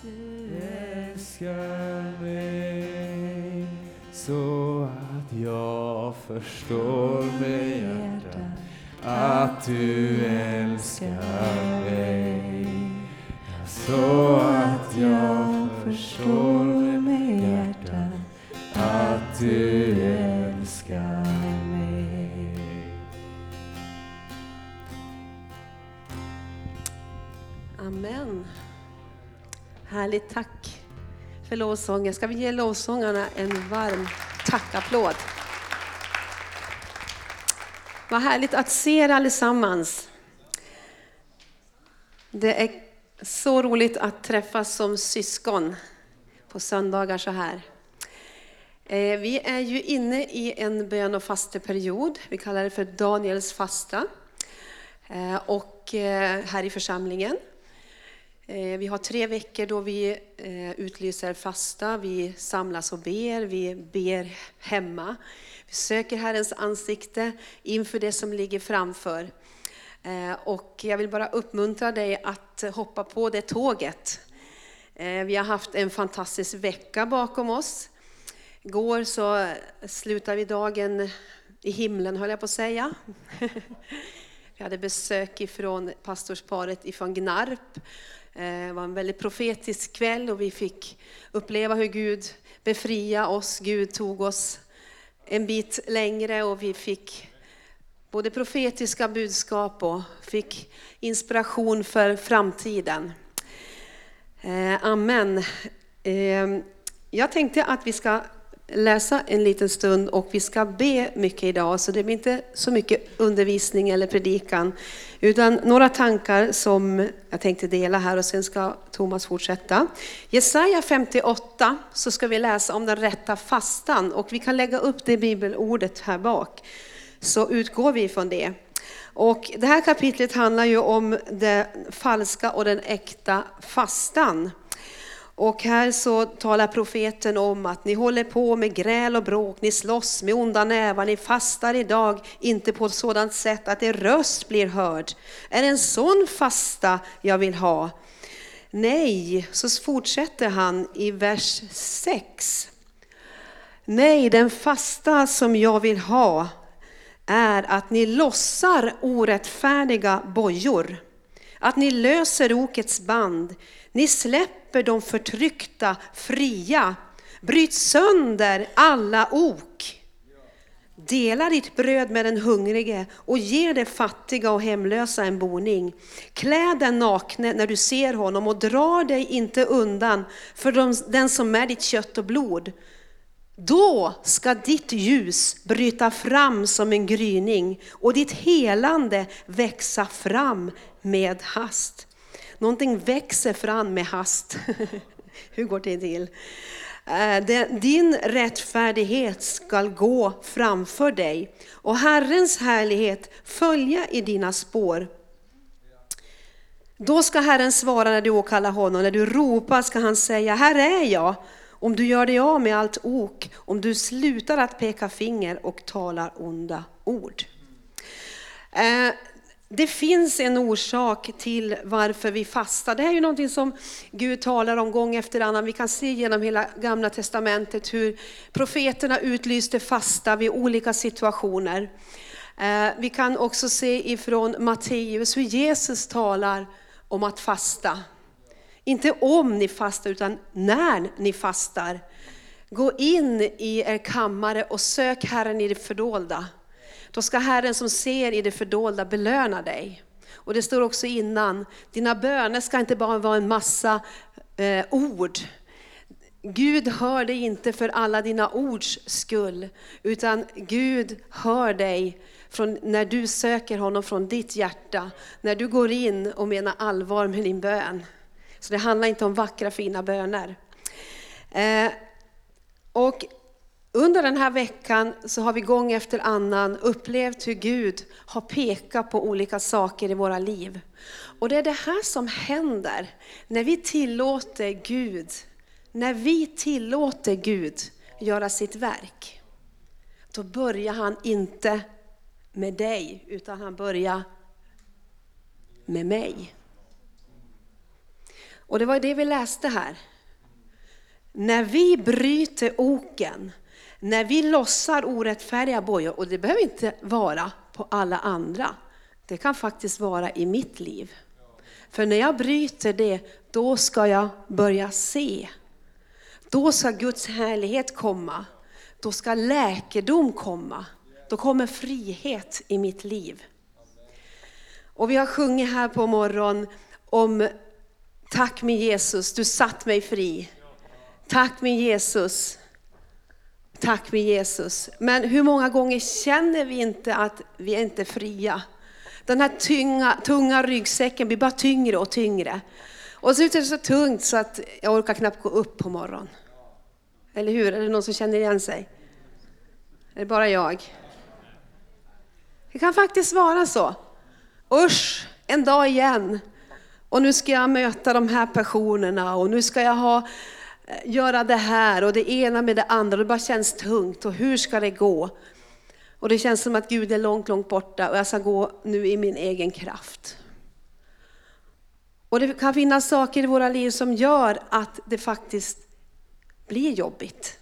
Du älskar mig så att jag förstår med hjärtat att du älskar mig. Så att jag förstår med hjärtat att du älskar mig. Amen. Härligt, tack för lovsången. Ska vi ge lovsångarna en varm tackapplåd? Vad härligt att se er allesammans. Det är så roligt att träffas som syskon på söndagar så här. Vi är ju inne i en bön- och fasteperiod. Vi kallar det för Daniels fasta. Och här i församlingen. Vi har 3 veckor då vi utlyser fasta. Vi samlas och ber. Vi ber hemma. Vi söker Herrens ansikte inför det som ligger framför. Och jag vill bara uppmuntra dig att hoppa på det tåget. Vi har haft en fantastisk vecka bakom oss. Igår så slutade vi dagen i himlen, höll jag på att säga. Vi hade besök ifrån pastorsparet ifrån Gnarp. Det var en väldigt profetisk kväll och vi fick uppleva hur Gud befriade oss. Gud tog oss en bit längre och vi fick både profetiska budskap och fick inspiration för framtiden. Amen. Jag tänkte att vi ska läsa en liten stund och vi ska be mycket idag. Så det blir inte så mycket undervisning eller predikan. Utan några tankar som jag tänkte dela här och sen ska Thomas fortsätta. Jesaja 58 så ska vi läsa om den rätta fastan. Och vi kan lägga upp det bibelordet här bak. Så utgår vi från det. Och det här kapitlet handlar ju om det falska och den äkta fastan. Och här så talar profeten om att ni håller på med gräl och bråk, ni slåss med onda nävar, ni fastar idag inte på ett sådant sätt att er röst blir hörd. Är det en sån fasta jag vill ha? Nej, så fortsätter han i vers 6. Nej, den fasta som jag vill ha är att ni lossar orättfärdiga bojor. Att ni löser okets band. Ni släpper de förtryckta fria. Bryt sönder alla ok. Dela ditt bröd med den hungrige och ge det fattiga och hemlösa en boning. Klä den nakne när du ser honom och dra dig inte undan för den som är ditt kött och blod. Då ska ditt ljus bryta fram som en gryning och ditt helande växa fram med hast. Någonting växer fram med hast. Hur går det till? Din rättfärdighet ska gå framför dig och Herrens härlighet följa i dina spår. Då ska Herren svara när du åkallar honom. När du ropar ska han säga, här är jag. Om du gör dig av med allt ok, om du slutar att peka finger och talar onda ord. Det finns en orsak till varför vi fastar. Det här är ju någonting som Gud talar om gång efter annan. Vi kan se genom hela Gamla testamentet hur profeterna utlyste fasta vid olika situationer. Vi kan också se ifrån Matteus hur Jesus talar om att fasta. Inte om ni fastar utan när ni fastar. Gå in i er kammare och sök Herren i det fördolda. Då ska Herren som ser i det fördolda belöna dig. Och det står också innan, dina böner ska inte bara vara en massa ord. Gud hör dig inte för alla dina ords skull. Utan Gud hör dig från när du söker honom från ditt hjärta. När du går in och menar allvar med din bön. Så det handlar inte om vackra fina böner. Och under den här veckan så har vi gång efter annan upplevt hur Gud har pekat på olika saker i våra liv. Och det är det här som händer när vi tillåter Gud göra sitt verk. Då börjar han inte med dig utan han börjar med mig. Och det var det vi läste här. När vi bryter oken, när vi lossar orättfärdiga bojor, och det behöver inte vara på alla andra. Det kan faktiskt vara i mitt liv. För när jag bryter det, då ska jag börja se. Då ska Guds härlighet komma. Då ska läkedom komma. Då kommer frihet i mitt liv. Och vi har sjungit här på morgon om tack min Jesus, du satt mig fri. Tack min Jesus. Tack min Jesus. Men hur många gånger känner vi inte att vi är inte fria? Den här tunga ryggsäcken blir bara tyngre och tyngre. Och så är det så tungt så att jag orkar knappt gå upp på morgonen. Eller hur? Är det någon som känner igen sig? Är det bara jag? Det kan faktiskt vara så. Usch, en dag igen. Och nu ska jag möta de här personerna. Och nu ska jag göra det här och det ena med det andra. Det bara känns tungt. Och hur ska det gå? Och det känns som att Gud är långt, långt borta. Och jag ska gå nu i min egen kraft. Och det kan finnas saker i våra liv som gör att det faktiskt blir jobbigt.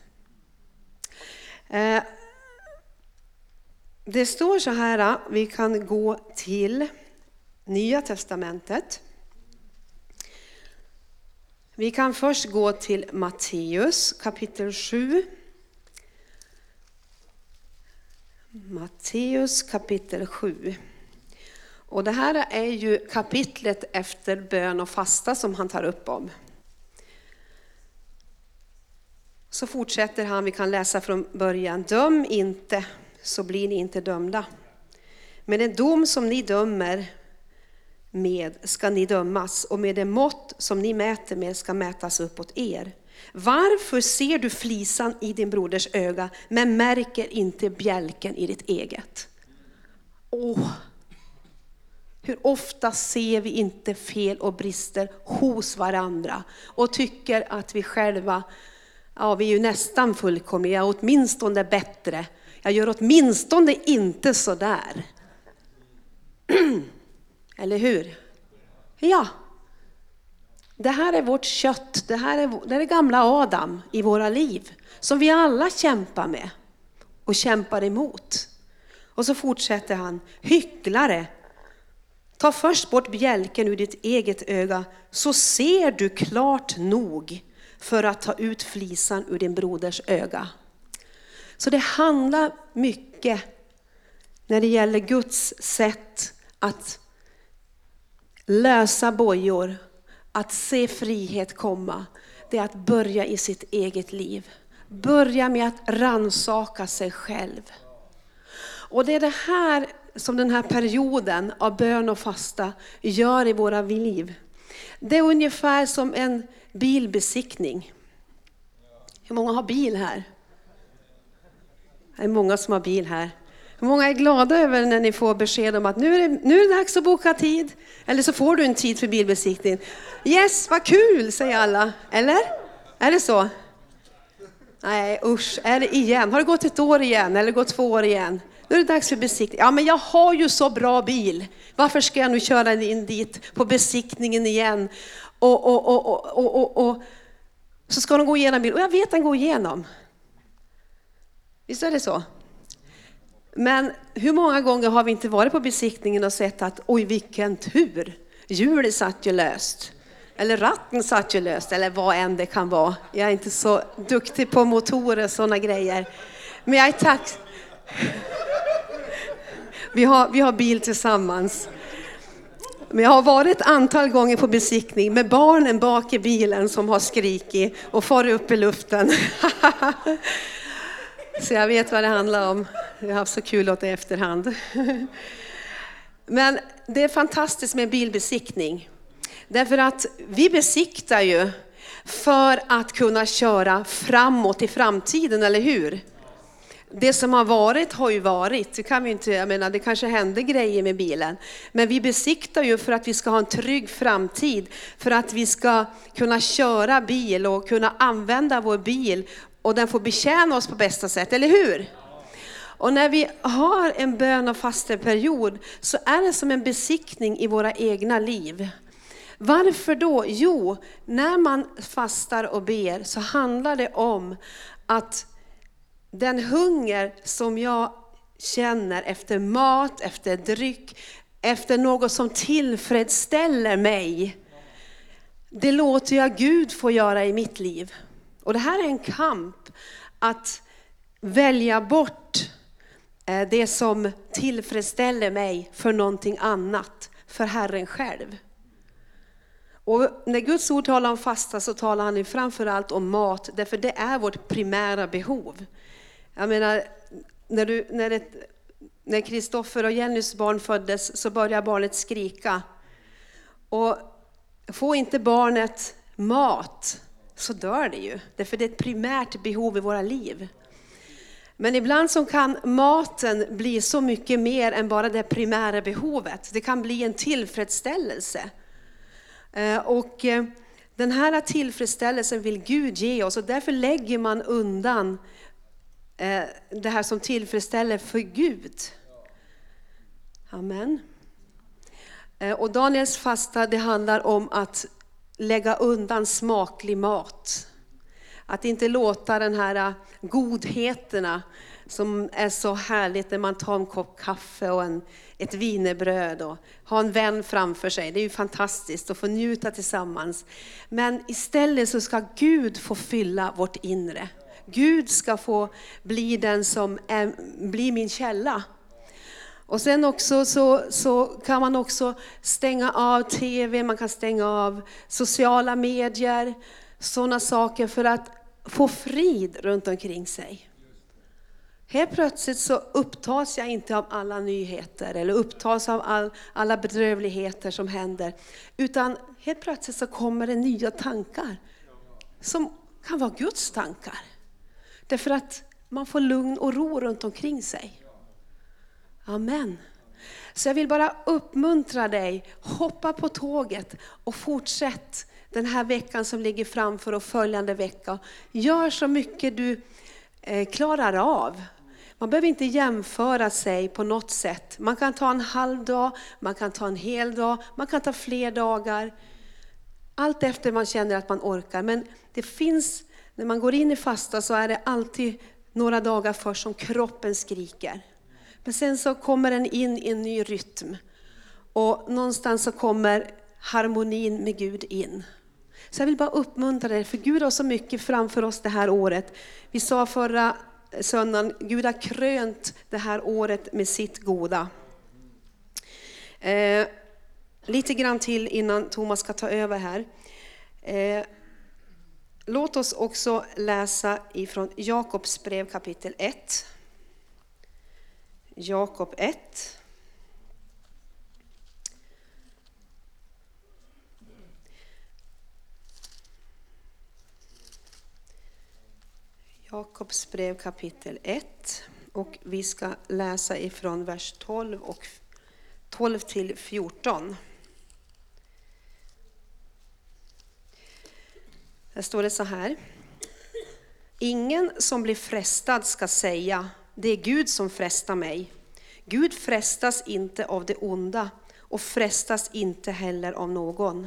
Det står så här, vi kan gå till Nya testamentet. Vi kan först gå till Matteus kapitel 7. Matteus kapitel 7. Och det här är ju kapitlet efter bön och fasta som han tar upp om. Så fortsätter han, vi kan läsa från början. Döm inte, så blir ni inte dömda. Med den dom som ni dömer med ska ni dömas, och med det mått som ni mäter med ska mätas uppåt er. Varför ser du flisan i din broders öga men märker inte bjälken i ditt eget? Hur ofta ser vi inte fel och brister hos varandra och tycker att vi själva, vi är ju nästan fullkomliga, åtminstone bättre. Jag gör åtminstone inte så där. Eller hur? Ja. Det här är vårt kött. Det är gamla Adam i våra liv. Som vi alla kämpar med. Och kämpar emot. Och så fortsätter han. Hycklare. Ta först bort bjälken ur ditt eget öga. Så ser du klart nog för att ta ut flisan ur din broders öga. Så det handlar mycket när det gäller Guds sätt att lösa bojor, att se frihet komma. Det är att börja i sitt eget liv. Börja med att ransaka sig själv. Och det är det här som den här perioden av bön och fasta gör i våra liv. Det är ungefär som en bilbesiktning. Hur många har bil här? Det är många som har bil här. Hur många är glada över när ni får besked om att nu är det dags att boka tid? Eller så får du en tid för bilbesiktning. Yes, vad kul, säger alla. Eller? Är det så? Nej, usch. Är det igen? Har det gått ett år igen? Eller gått 2 år igen? Nu är det dags för besiktning. Ja, men jag har ju så bra bil. Varför ska jag nu köra in dit på besiktningen igen? Och så ska de gå igenom bilen. Och jag vet att den går igenom. Visst är det så? Men hur många gånger har vi inte varit på besiktningen och sett att oj vilken tur. Hjulet satt ju löst. Eller ratten satt ju löst. Eller vad än det kan vara. Jag är inte så duktig på motorer och sådana grejer. Men jag är tacksam. Vi har bil tillsammans. Men jag har varit ett antal gånger på besiktning med barnen bak i bilen som har skrikit och far upp i luften. Så jag vet vad det handlar om. Jag har haft så kul åt det i efterhand. Men det är fantastiskt med bilbesiktning. Därför att vi besiktar ju för att kunna köra framåt i framtiden, eller hur? Det som har ju varit. Det kan vi inte, jag menar, det kanske händer grejer med bilen. Men vi besiktar ju för att vi ska ha en trygg framtid. För att vi ska kunna köra bil och kunna använda vår bil. Och den får betjäna oss på bästa sätt, eller hur? Och när vi har en bön- och fasteperiod så är det som en besiktning i våra egna liv. Varför då? Jo, när man fastar och ber så handlar det om att den hunger som jag känner efter mat, efter dryck, efter något som tillfredsställer mig, det låter jag Gud få göra i mitt liv. Och det här är en kamp att välja bort det som tillfredsställer mig för någonting annat, för Herren själv. Och när Guds ord talar om fasta så talar han framförallt om mat, därför det är vårt primära behov. Jag menar, när Kristoffer och Jennys barn föddes så började barnet skrika. Och får inte barnet mat så dör det ju, därför det är ett primärt behov i våra liv. Men ibland så kan maten bli så mycket mer än bara det primära behovet. Det kan bli en tillfredsställelse. Och den här tillfredsställelsen vill Gud ge oss, och därför lägger man undan det här som tillfredsställer för Gud. Amen. Och Daniels fasta, det handlar om att lägga undan smaklig mat. Att inte låta den här godheterna som är så härligt när man tar en kopp kaffe och ett wienerbröd och ha en vän framför sig. Det är ju fantastiskt att få njuta tillsammans. Men istället så ska Gud få fylla vårt inre. Gud ska få bli den som blir min källa. Och sen också så kan man också stänga av tv, man kan stänga av sociala medier, sådana saker för att få frid runt omkring sig. Helt plötsligt så upptas jag inte av alla nyheter eller upptas av alla bedrövligheter som händer. Utan helt plötsligt så kommer det nya tankar som kan vara Guds tankar. Därför att man får lugn och ro runt omkring sig. Amen. Så jag vill bara uppmuntra dig, hoppa på tåget och fortsätt den här veckan som ligger framför och följande vecka. Gör så mycket du klarar av. Man behöver inte jämföra sig på något sätt. Man kan ta en halv dag, man kan ta en hel dag, man kan ta fler dagar. Allt efter man känner att man orkar. Men det finns, när man går in i fasta så är det alltid några dagar först som kroppen skriker. Men sen så kommer den in i en ny rytm. Och någonstans så kommer harmonin med Gud in. Så jag vill bara uppmuntra dig, för Gud har så mycket framför oss det här året. Vi sa förra söndagen, Gud har krönt det här året med sitt goda. Lite grann till innan Thomas ska ta över här. Låt oss också läsa ifrån Jakobs brev kapitel 1. Jakob 1. Jakobs brev kapitel 1, och vi ska läsa ifrån vers 12 till 14. Där står det så här: ingen som blir frestad ska säga, det är Gud som frestar mig. Gud frestas inte av det onda och frestas inte heller av någon.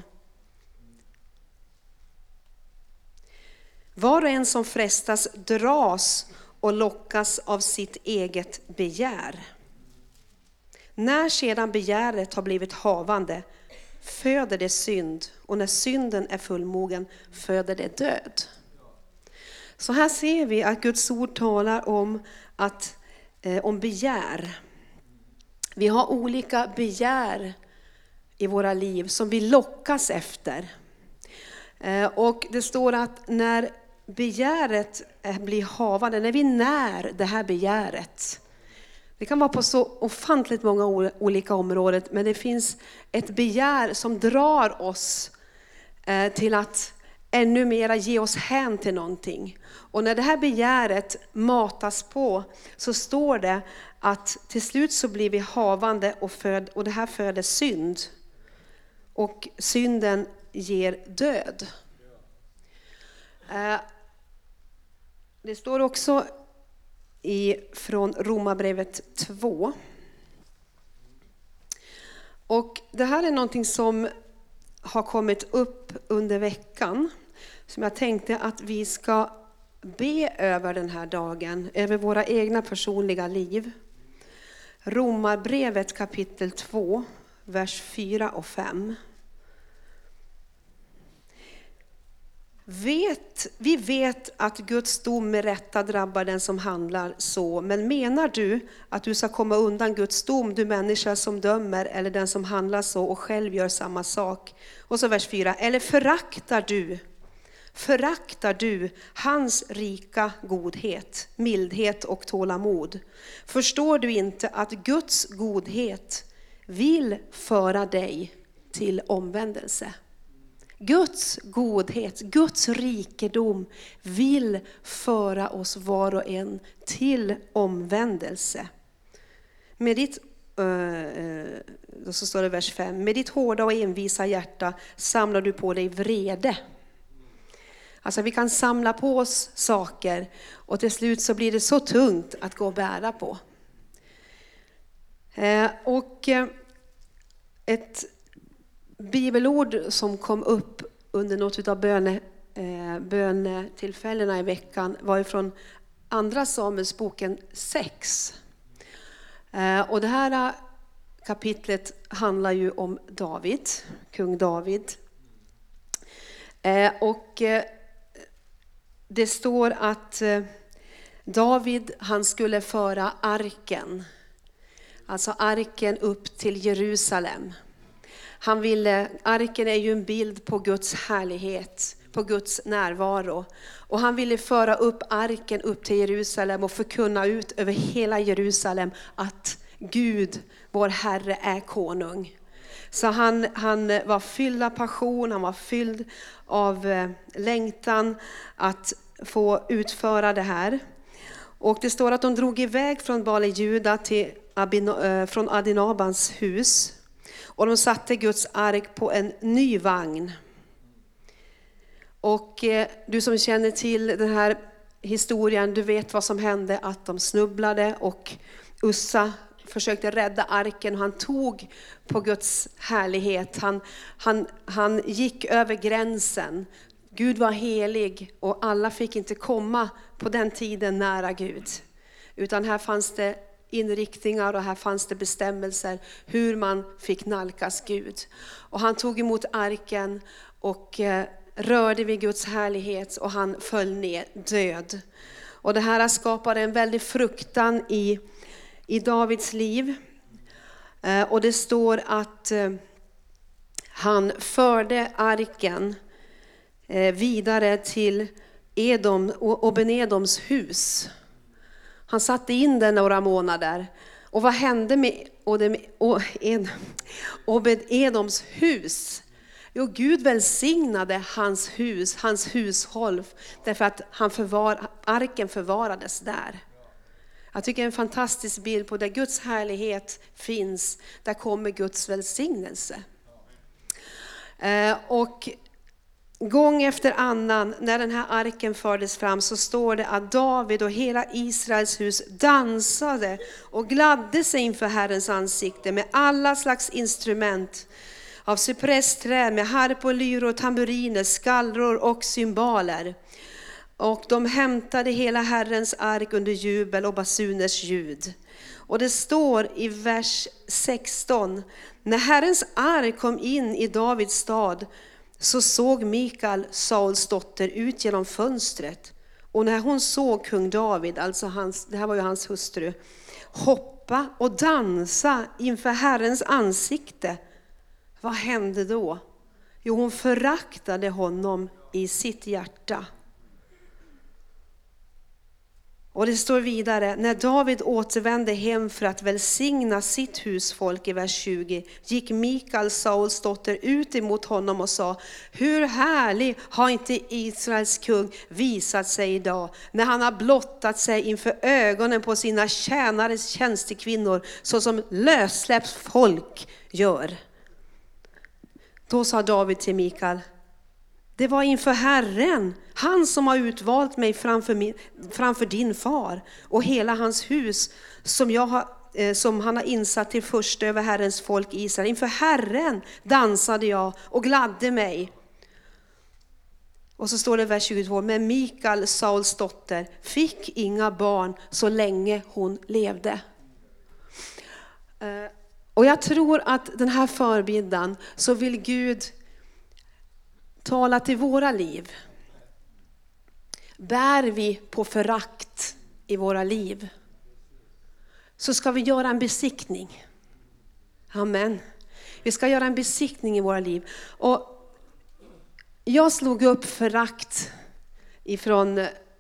Var och en som frestas dras och lockas av sitt eget begär. När sedan begäret har blivit havande föder det synd, och när synden är fullmogen föder det död. Så här ser vi att Guds ord talar om begär. Vi har olika begär i våra liv som vi lockas efter. Och det står att när begäret blir havande, när vi när det här begäret, det kan vara på så ofantligt många olika områden, men det finns ett begär som drar oss till att ännu mera ge oss hän till någonting. Och när det här begäret matas på så står det att till slut så blir vi havande och det här föder synd. Och synden ger död. Det står också från Romarbrevet 2. Och det här är någonting som har kommit upp under veckan som jag tänkte att vi ska be över den här dagen, över våra egna personliga liv. Romarbrevet kapitel 2, vers 4 och 5. Vi vet att Guds dom med rätta drabbar den som handlar så. Men menar du att du ska komma undan Guds dom, du människa som dömer, eller den som handlar så och själv gör samma sak? Och så vers 4. Eller föraktar du hans rika godhet, mildhet och tålamod? Förstår du inte att Guds godhet vill föra dig till omvändelse? Guds godhet, Guds rikedom vill föra oss var och en till omvändelse. Med ditt, så står det vers 5, med ditt hårda och envisa hjärta samlar du på dig vrede. Alltså vi kan samla på oss saker och till slut så blir det så tungt att gå och bära på. Och ett bibelord som kom upp under något av bönetillfällena i veckan var från andra Samuelsboken 6. Och det här kapitlet handlar ju om David, kung David. Och det står att David, han skulle föra arken, alltså arken upp till Jerusalem. Arken är ju en bild på Guds härlighet, på Guds närvaro. Och han ville föra upp arken upp till Jerusalem och förkunna ut över hela Jerusalem att Gud, vår Herre, är konung. Så han var fylld av passion, han var fylld av längtan att få utföra det här. Och det står att de drog iväg från Bale Juda från Adinabans hus. Och de satte Guds ark på en ny vagn. Och du som känner till den här historien, du vet vad som hände, att de snubblade och Ussa försökte rädda arken och han tog på Guds härlighet. Han gick över gränsen. Gud var helig och alla fick inte komma på den tiden nära Gud. Utan här fanns det inriktningar och här fanns det bestämmelser hur man fick nalkas Gud. Och han tog emot arken och rörde vid Guds härlighet och han föll ner död. Och det här skapade en väldig fruktan i Davids liv. Och det står att han förde arken vidare till Obed-Edoms hus. Han satte in den några månader. Och vad hände med Obed-Edoms hus? Jo, Gud välsignade hans hus, hans hushåll, därför att arken förvarades där. Jag tycker det är en fantastisk bild på där Guds härlighet finns, där kommer Guds välsignelse. Och gång efter annan när den här arken fördes fram så står det att David och hela Israels hus dansade och gladde sig inför Herrens ansikte med alla slags instrument av cypressträd, med harpor, lyror, tamburiner, skallror och cymbaler. Och de hämtade hela Herrens ark under jubel och basuners ljud. Och det står i vers 16, när Herrens ark kom in i Davids stad så såg Mikal, Sauls dotter, ut genom fönstret. Och när hon såg kung David, alltså det här var ju hans hustru, hoppa och dansa inför Herrens ansikte. Vad hände då? Jo, hon föraktade honom i sitt hjärta. Och det står vidare, när David återvände hem för att välsigna sitt husfolk i vers 20, gick Mikal, Sauls dotter, ut emot honom och sa, hur härlig har inte Israels kung visat sig idag, när han har blottat sig inför ögonen på sina tjänares tjänstekvinnor, så som lössläppt folk gör. Då sa David till Mikal, det var inför Herren, han som har utvalt mig framför din far och hela hans hus, som jag har som han har insatt till först över Herrens folk Israel. Inför Herren dansade jag och gladde mig. Och så står det i vers 22. Men Mikal, Sauls dotter, fick inga barn så länge hon levde. Och jag tror att den här förbindan så vill Gud tala till våra liv. Bär vi på förakt i våra liv, så ska vi göra en besiktning. Amen. Vi ska göra en besiktning i våra liv. Och jag slog upp förakt ifrån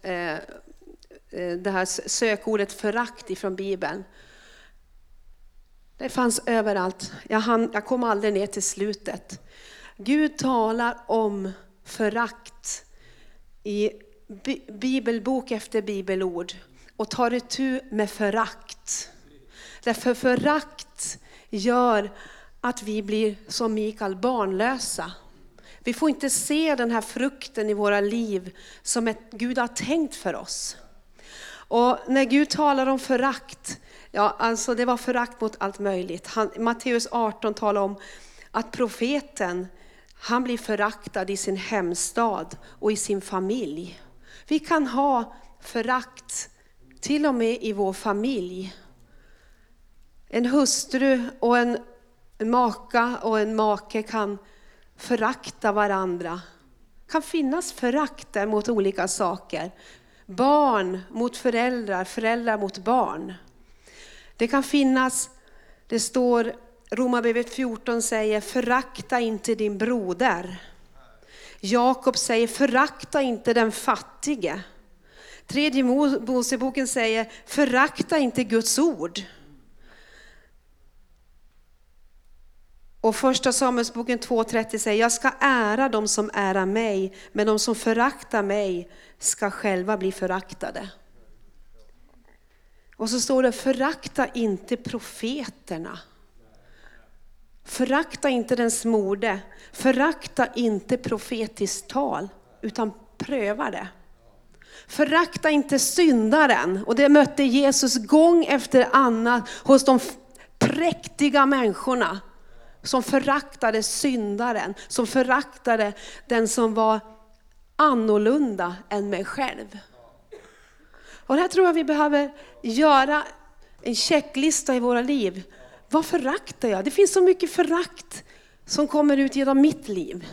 det här sökordet förakt ifrån Bibeln. Det fanns överallt. Jag kom aldrig ner till slutet. Gud talar om förakt i bibelbok efter bibelord och tar itu med förakt. Därför förakt gör att vi blir som Mikael barnlösa. Vi får inte se den här frukten i våra liv som Gud har tänkt för oss. Och när Gud talar om förakt, ja, alltså det var förakt mot allt möjligt. Matteus 18 talar om att profeten, han blir föraktad i sin hemstad och i sin familj. Vi kan ha förakt till och med i vår familj. En hustru och en maka och en make kan förakta varandra. Kan finnas förakt där mot olika saker. Barn mot föräldrar, föräldrar mot barn. Det kan finnas, det står Romarbrevet 14 säger, förakta inte din broder. Jakob säger, förakta inte den fattige. Tredje Moseboken säger, förakta inte Guds ord. Och första Samuelsboken 2:30 säger, jag ska ära dem som ärar mig, men de som föraktar mig ska själva bli föraktade. Och så står det, förakta inte profeterna. Förakta inte den smorde. Förakta inte profetiskt tal, utan pröva det. Förakta inte syndaren. Och det mötte Jesus gång efter annan hos de präktiga människorna. Som föraktade syndaren. Som föraktade den som var annorlunda än mig själv. Och här tror jag vi behöver göra en checklista i våra liv. Vad föraktar jag? Det finns så mycket förakt som kommer ut genom mitt liv.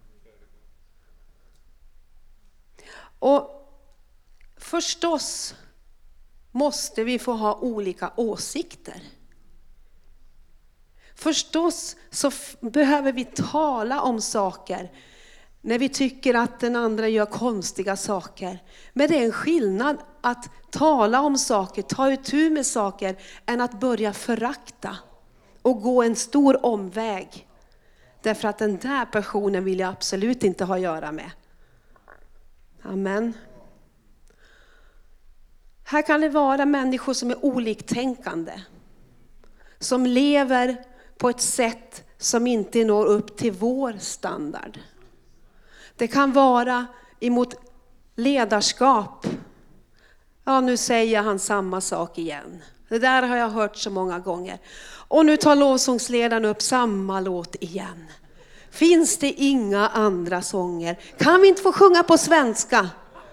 Och förstås måste vi få ha olika åsikter. Förstås så behöver vi tala om saker när vi tycker att den andra gör konstiga saker. Men det är en skillnad att tala om saker, ta itu med saker, än att börja förakta och gå en stor omväg. Därför att den där personen vill jag absolut inte ha att göra med. Amen. Här kan det vara människor som är oliktänkande. Som lever på ett sätt som inte når upp till vår standard. Det kan vara emot ledarskap. Ja, nu säger han samma sak igen. Det där har jag hört så många gånger. Och nu tar lovsångsledaren upp samma låt igen. Finns det inga andra sånger? Kan vi inte få sjunga på svenska?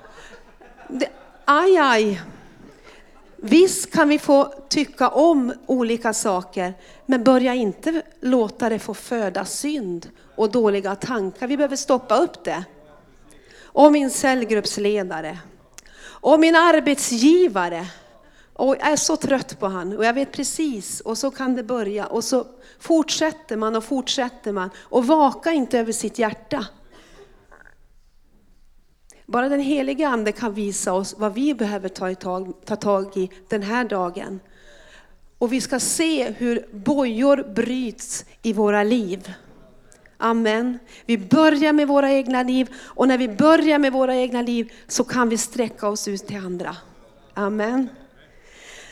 Aj. Visst kan vi få tycka om olika saker, men börja inte låta det få föda synd och dåliga tankar. Vi behöver stoppa upp det. Och min cellgruppsledare. Och min arbetsgivare. Och jag är så trött på han. Och jag vet precis. Och så kan det börja. Och så fortsätter man och fortsätter man. Och vaka inte över sitt hjärta. Bara den heliga ande kan visa oss vad vi behöver ta tag i den här dagen. Och vi ska se hur bojor bryts i våra liv. Amen. Vi börjar med våra egna liv. Och när vi börjar med våra egna liv så kan vi sträcka oss ut till andra. Amen.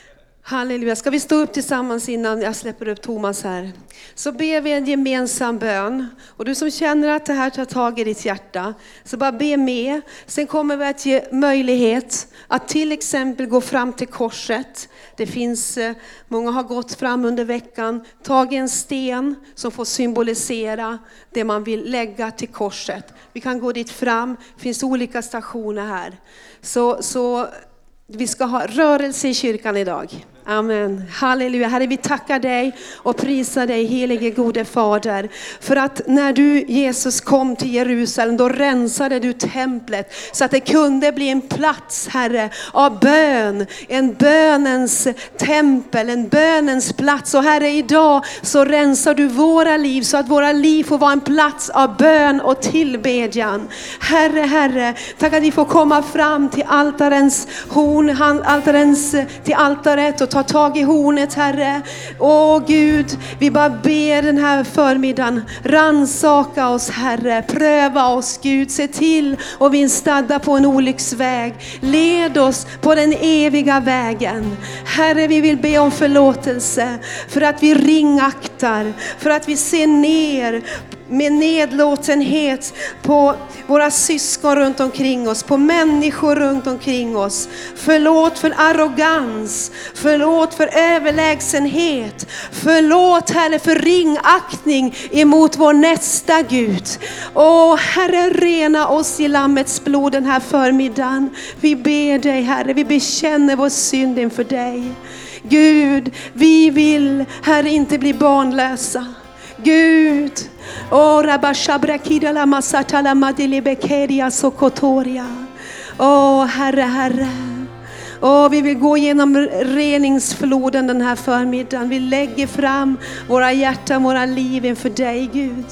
Halleluja. Ska vi stå upp tillsammans innan jag släpper upp Thomas här? Så ber vi en gemensam bön. Och du som känner att det här tar tag i ditt hjärta, så bara be med. Sen kommer vi att ge möjlighet att till exempel gå fram till korset. Det finns, många har gått fram under veckan, tagit en sten som får symbolisera det man vill lägga till korset. Vi kan gå dit fram, det finns olika stationer här. Så vi ska ha rörelse i kyrkan idag. Amen. Halleluja. Herre, vi tackar dig och prisar dig, helige gode Fader. För att när du, Jesus, kom till Jerusalem, då rensade du templet. Så att det kunde bli en plats, Herre, av bön. En bönens tempel, en bönens plats. Och Herre, idag så rensar du våra liv så att våra liv får vara en plats av bön och tillbedjan. Herre, tack att vi får komma fram till altarens horn, till altaret och ta tag i hornet, Herre. Åh Gud, vi bara ber den här förmiddagen, ransaka oss, Herre, pröva oss, Gud, se till och vi är stadda på en olycksväg. Led oss på den eviga vägen. Herre, vi vill be om förlåtelse för att vi ringaktar, för att vi ser ner med nedlåtenhet på våra syskon runt omkring oss, på människor runt omkring oss. Förlåt för arrogans, förlåt för överlägsenhet, förlåt, Herre, för ringaktning emot vår nästa, Gud. Åh Herre, rena oss i Lammets blod den här förmiddagen. Vi ber dig, Herre, vi bekänner vår synd inför dig. Gud, vi vill, Herre, inte bli barnlösa. Gud, rabashabrakida masata la madelebekeria sokotoria. Herre. Vi vill gå genom reningsfloden den här förmiddagen. Vi lägger fram våra hjärtan, våra liv inför dig, Gud.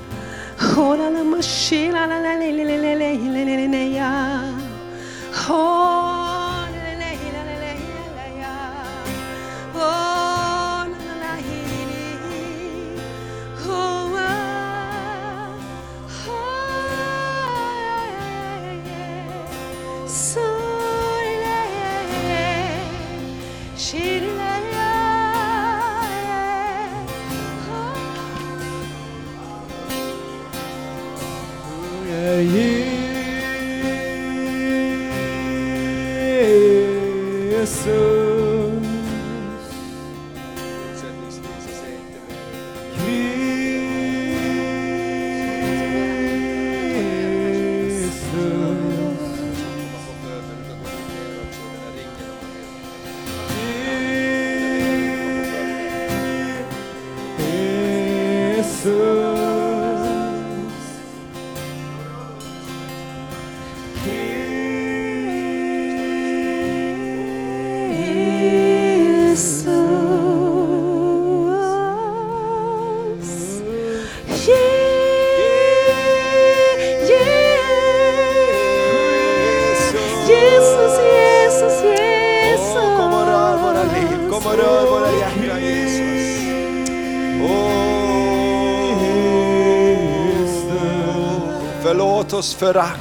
Förlåt oss förakt.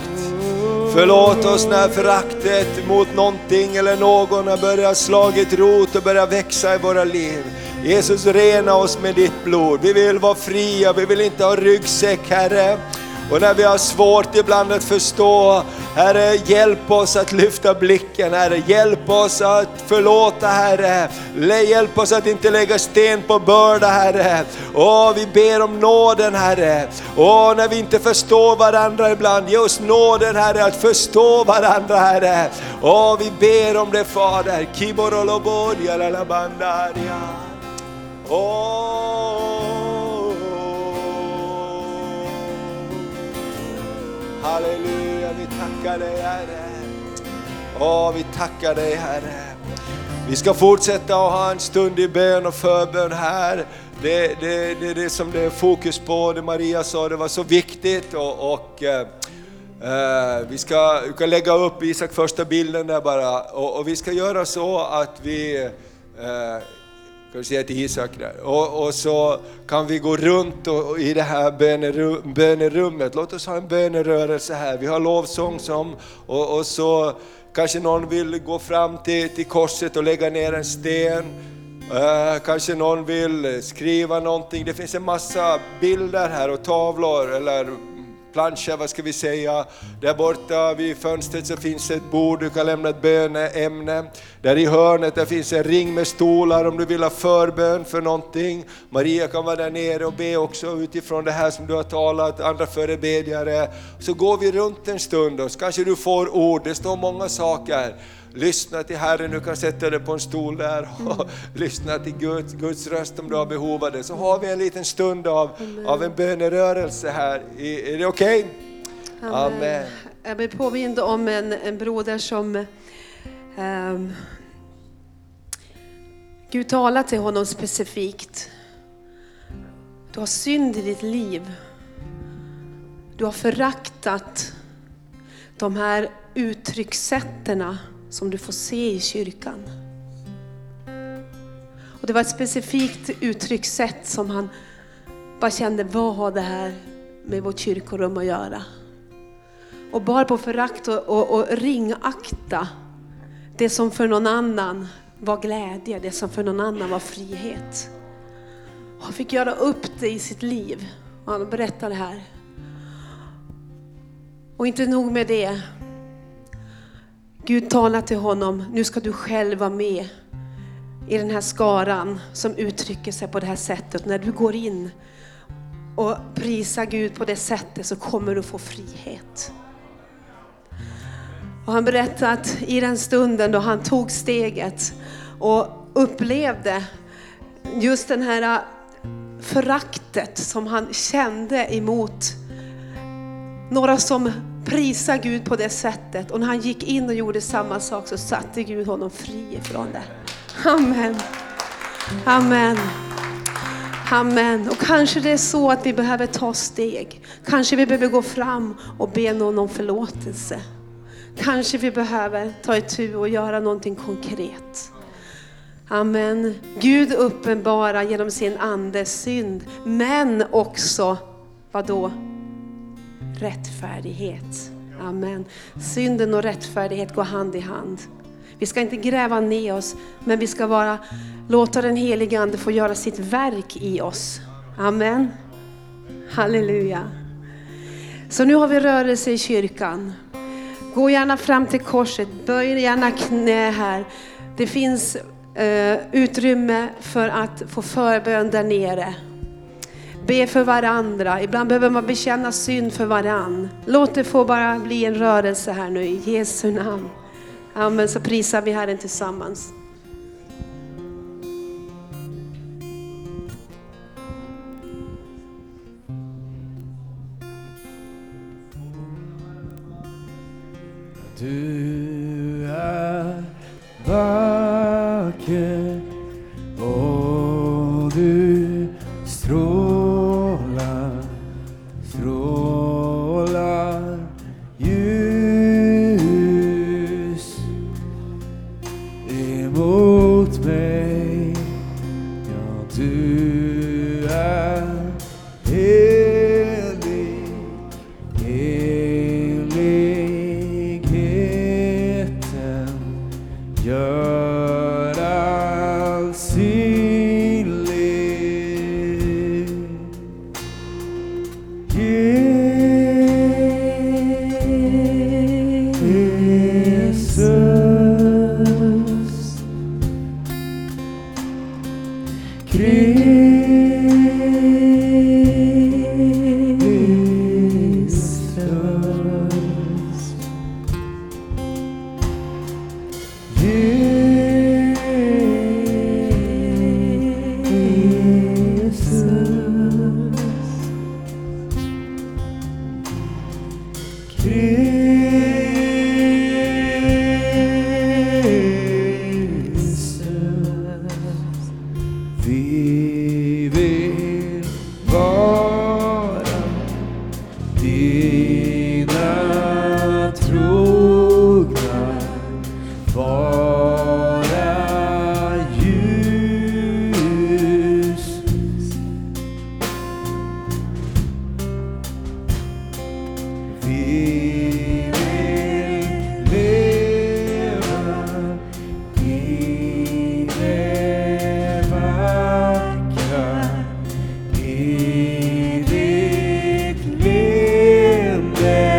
Förlåt oss när föraktet mot någonting eller någon har börjat slagit rot och börjat växa i våra liv. Jesus, rena oss med ditt blod. Vi vill vara fria, vi vill inte ha ryggsäck, Herre. Och när vi har svårt ibland att förstå, Herre, hjälp oss att lyfta blicken, Herre. Hjälp oss att förlåta, Herre. Hjälp oss att inte lägga sten på börda, Herre. Vi ber om nåden, Herre. När vi inte förstår varandra ibland, ge oss nåden, Herre, att förstå varandra, Herre. Vi ber om det, Fader. Kiborolobodia la bandaria. Halleluja, vi tackar dig, Herre. Vi tackar dig, Herre. Vi ska fortsätta att ha en stund i bön och förbön här. Det är det som det är fokus på. Det Maria sa, det var så viktigt. Vi ska lägga upp Isak första bilden där bara. Och vi ska göra så att vi... kan vi säga till Isak där. Och så kan vi gå runt i det här bönerummet. Låt oss ha en bönerörelse här. Vi har lovsång och så Kanske någon vill gå fram till korset och lägga ner en sten. Kanske någon vill skriva någonting. Det finns en massa bilder här och tavlor eller planscher, vad ska vi säga. Där borta vid fönstret så finns ett bord, du kan lämna ett böneämne. Där i hörnet där finns en ring med stolar om du vill ha förbön för någonting. Maria kan vara där nere och be också utifrån det här som du har talat, andra förebedjare. Så går vi runt en stund och så kanske du får ord, det står många saker. Lyssna till Herren, du kan sätta dig på en stol där och lyssna till Guds röst om du har behov av det. Så har vi en liten stund av en bönerörelse här. Är det okej? Amen. Jag blir påmind om en broder som Gud talar till honom specifikt. Du har synd i ditt liv. Du har föraktat de här uttryckssätterna som du får se i kyrkan. Och det var ett specifikt uttryckssätt som han bara kände, vad har det här med vårt kyrkorum att göra? Och bara på förakt och ringakta det som för någon annan var glädje, det som för någon annan var frihet. Och han fick göra upp det i sitt liv. Och han berättade här. Och inte nog med det. Gud talar till honom, nu ska du själv vara med i den här skaran som uttrycker sig på det här sättet. När du går in och prisar Gud på det sättet så kommer du få frihet. Och han berättade att i den stunden då han tog steget och upplevde just den här föraktet som han kände emot några som prisar Gud på det sättet. Och när han gick in och gjorde samma sak så satte Gud honom fri ifrån det. Amen. Amen. Amen. Och kanske det är så att vi behöver ta steg. Kanske vi behöver gå fram och be någon om förlåtelse. Kanske vi behöver ta itu och göra någonting konkret. Amen. Gud uppenbarar genom sin andes synd. Men också, vadå? Rättfärdighet. Amen. Synden och rättfärdighet går hand i hand. Vi ska inte gräva ner oss, men vi ska låta den heliga ande få göra sitt verk i oss. Amen. Halleluja. Så nu har vi rörelse i kyrkan. Gå gärna fram till korset, böj gärna knä här. Det finns utrymme för att få förbön där nere. Be för varandra. Ibland behöver man bekänna synd för varann. Låt det få bara bli en rörelse här nu i Jesu namn. Amen, så prisar vi Herren tillsammans. Du är vacker och du strålar ljus emot mig. Ja, du är helig, heligheten gör all synlig. Vi vill vara dina trogna, vara ljus. Vi vill leva ditt leende.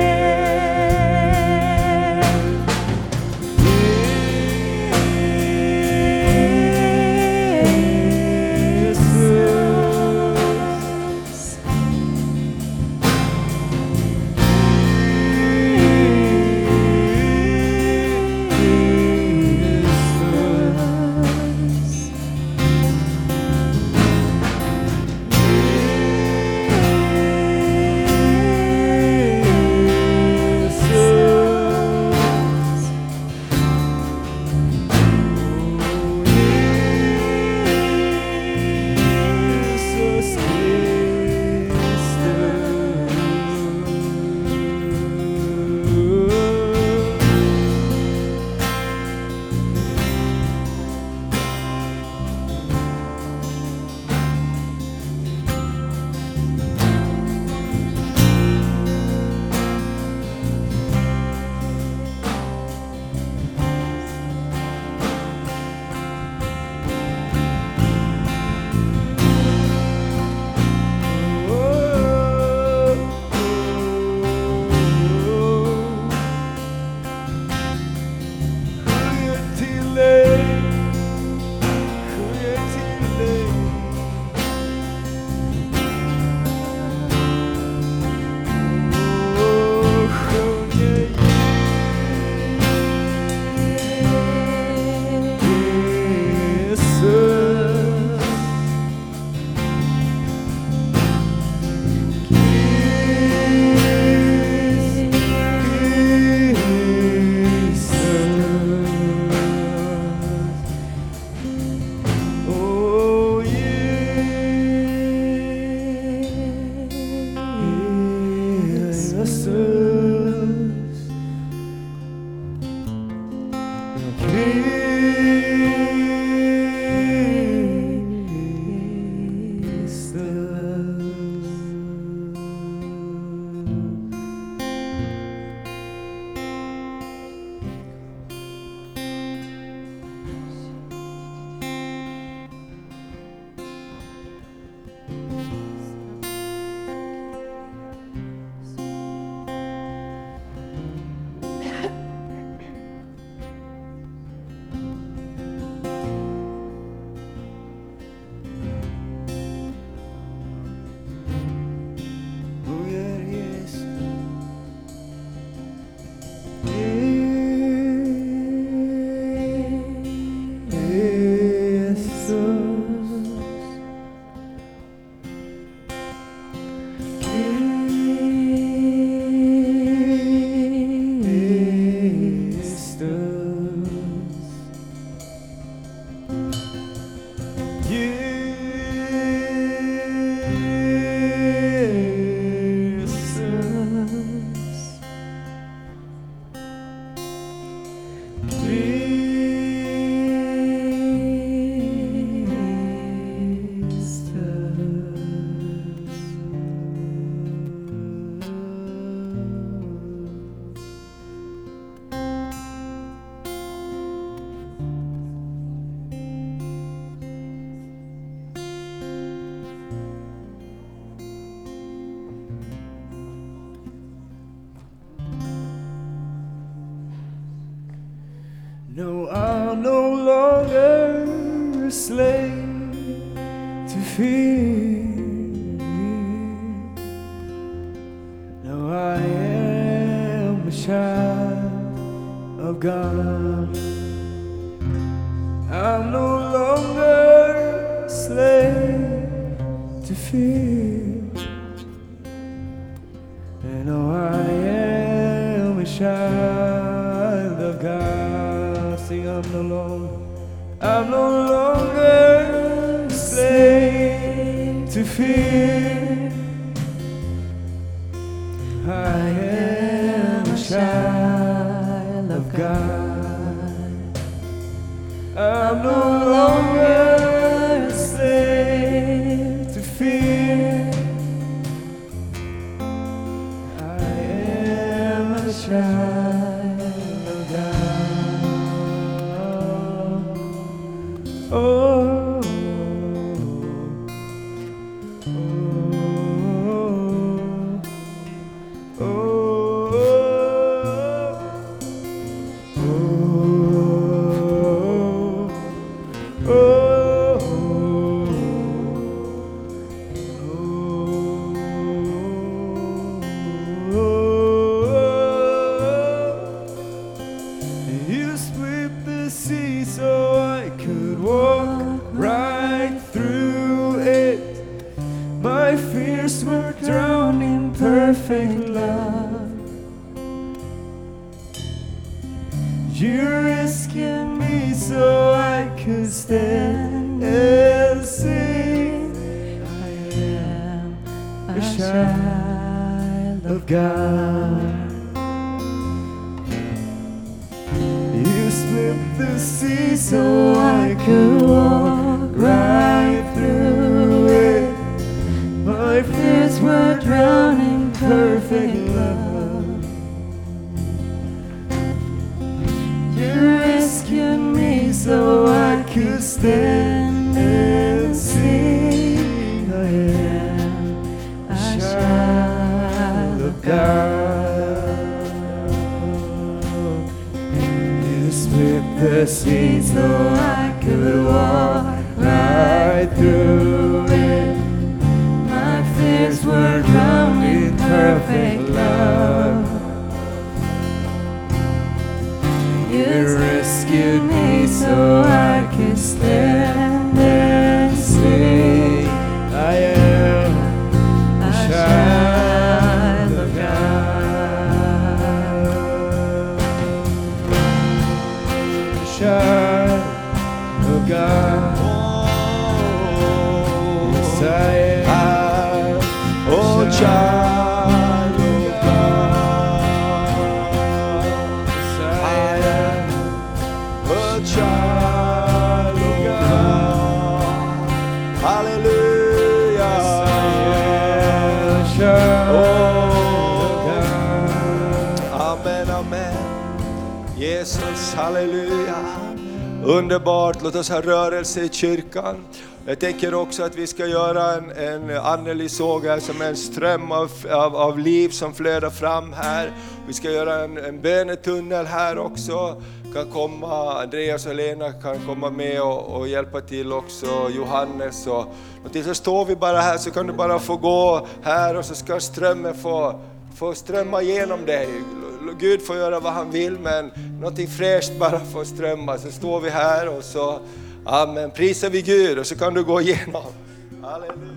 No, I'm no longer a slave to fear. No, I am a child of God. I'm no longer a slave to fear. And no, I am a child of God. Sing, I'm no longer a slave to fear. I am a child of God. I'm no longer a slave to fear. I am a child of God. Oh, oh, oh. My fears were drowned in perfect love. You rescued me so I could stand and sing. I am a child of God. You split the sea so I could walk right through it. My fears were drowned in perfect love. You rescued me so I could stand and sing. I am a child of God. You split the sea so I could walk right through it. My fears were drowned in perfect love. You rescued me so I could stand and sing. I am a child of God. A child of God. Yes, I am. Oh, child of God. Yes, I am a child of God. Hallelujah. Amen, amen. Jesus, halleluja. Underbart, låt oss ha rörelse i kyrkan. Jag tänker också att vi ska göra en andlig såg här som en ström av liv som flödar fram här. Vi ska göra en bönetunnel här också. Kan komma, Andreas och Lena kan komma med och hjälpa till också, Johannes och till. Så står vi bara här, så kan du bara få gå här och så ska strömmen få strömma igenom dig. Gud får göra vad han vill, men någonting fräscht bara får strömma. Så står vi här och så, amen, prisar vi Gud och så kan du gå igenom. Halleluja.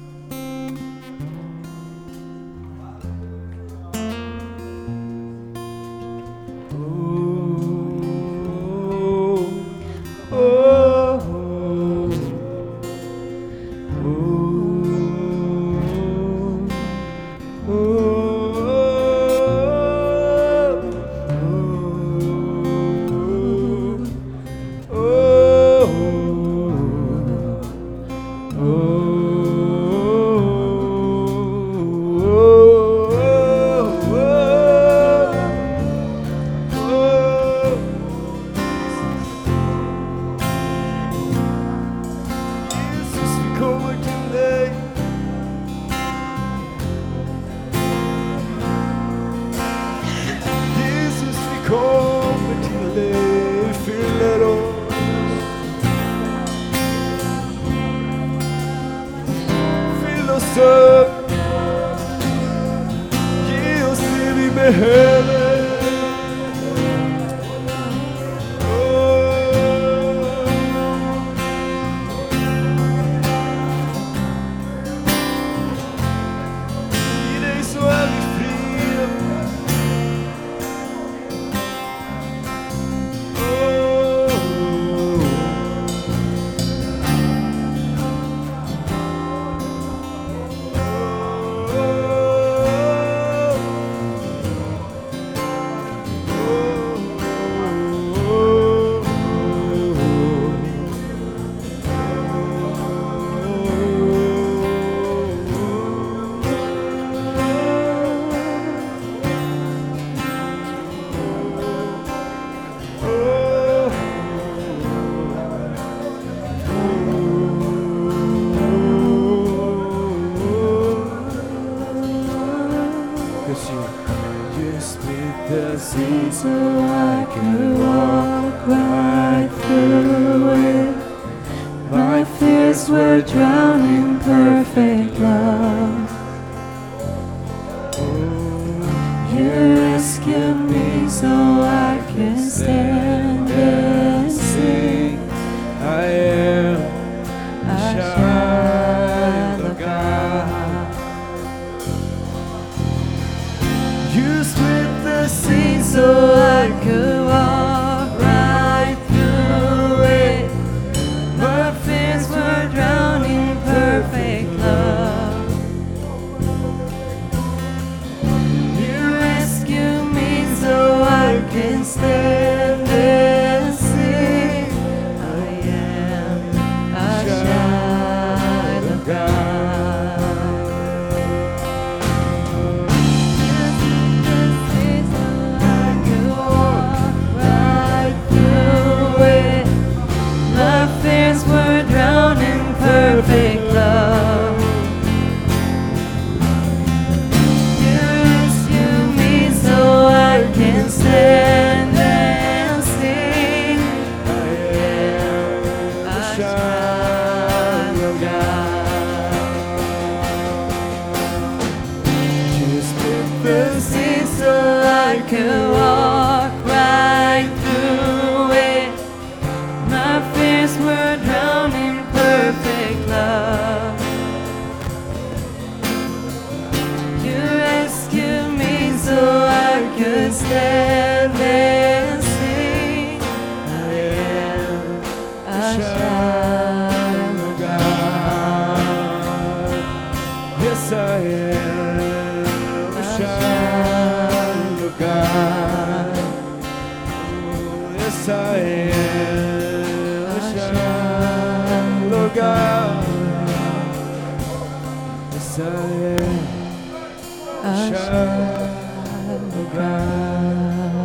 Ge oss det vi behöver. I dig så är vi fria. You split the sea so I could walk right through it. My fears were drowned in perfect love. You rescued me so I can stand and sing. I am a child of God. so I could walk right through it. My fears were drowned in perfect love. You rescued me so I can stand and sing. I am a child of God. I could walk right through it. My fears were drowned in perfect love. You rescue me so I can stand and sing. I am a child of God. You split the sea so I could walk right through it. My fears were drowned in perfect love. You rescued me so I could stand and sing. I am a child of God. Yes, I am a child of God. Yes, I am a child of God. Yes, I am a child of God.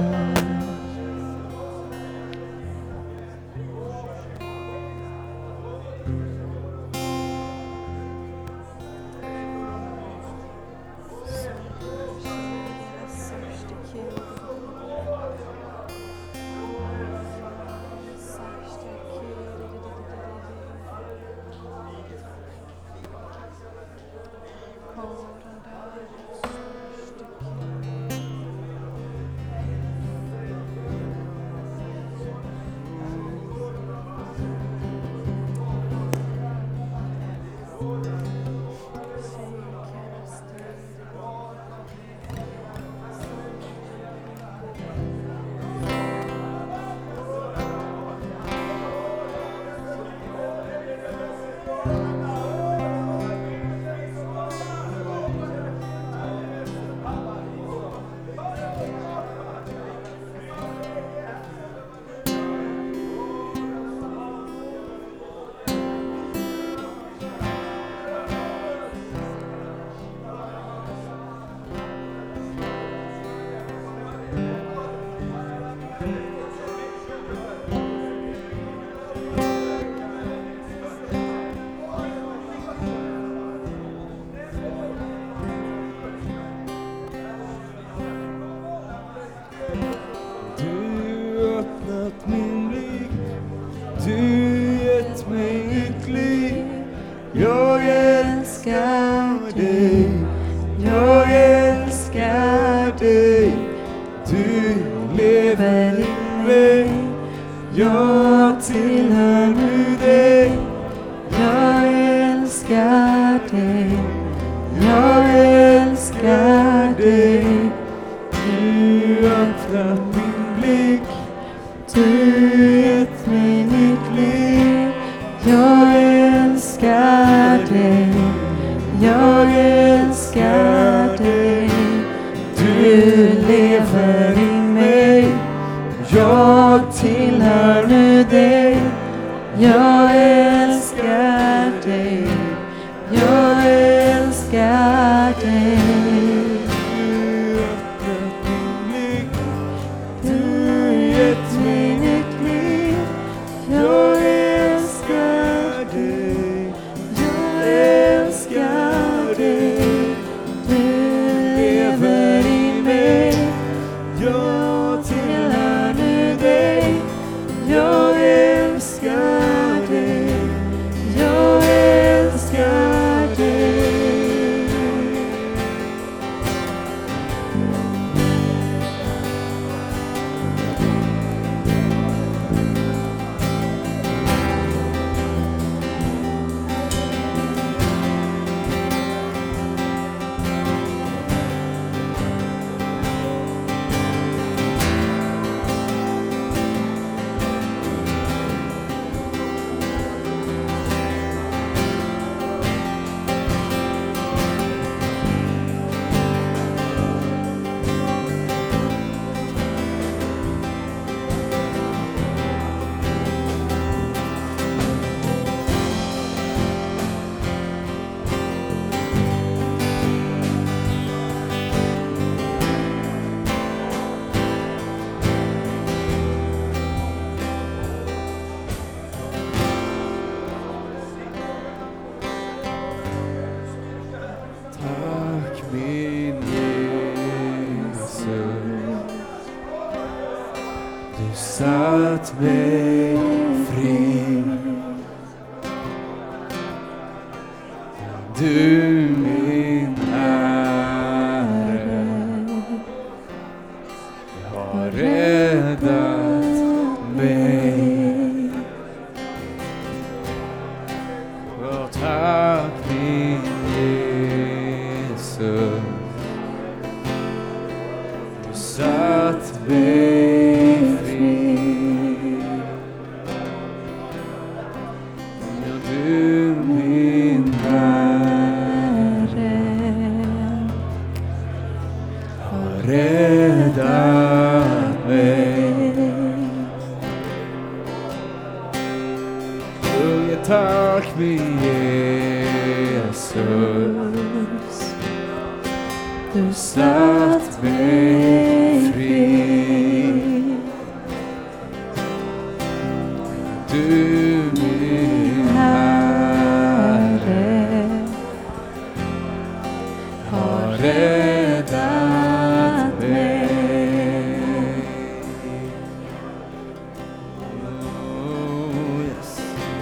Du öppnat min blick, du gett mig nytt liv. Jag älskar dig, jag älskar dig. Du lever i mig, jag tillhör nu dig. Jag älskar dig, jag älskar dig. Du öppnat min blick, du gett mig nytt liv. Jag älskar dig, jag älskar dig. Du lever i mig, jag tillhör nu dig. Jag älskar dig, jag älskar dig. satt mig fri. Du min Herre har räddat mig. Och tack min Jesus, du satt mig fri. Ja, du min Herre har räddat mig. Sjunga tack min Jesus, du satt mig fri. Du min Herre har räddat mig. Oh, yes.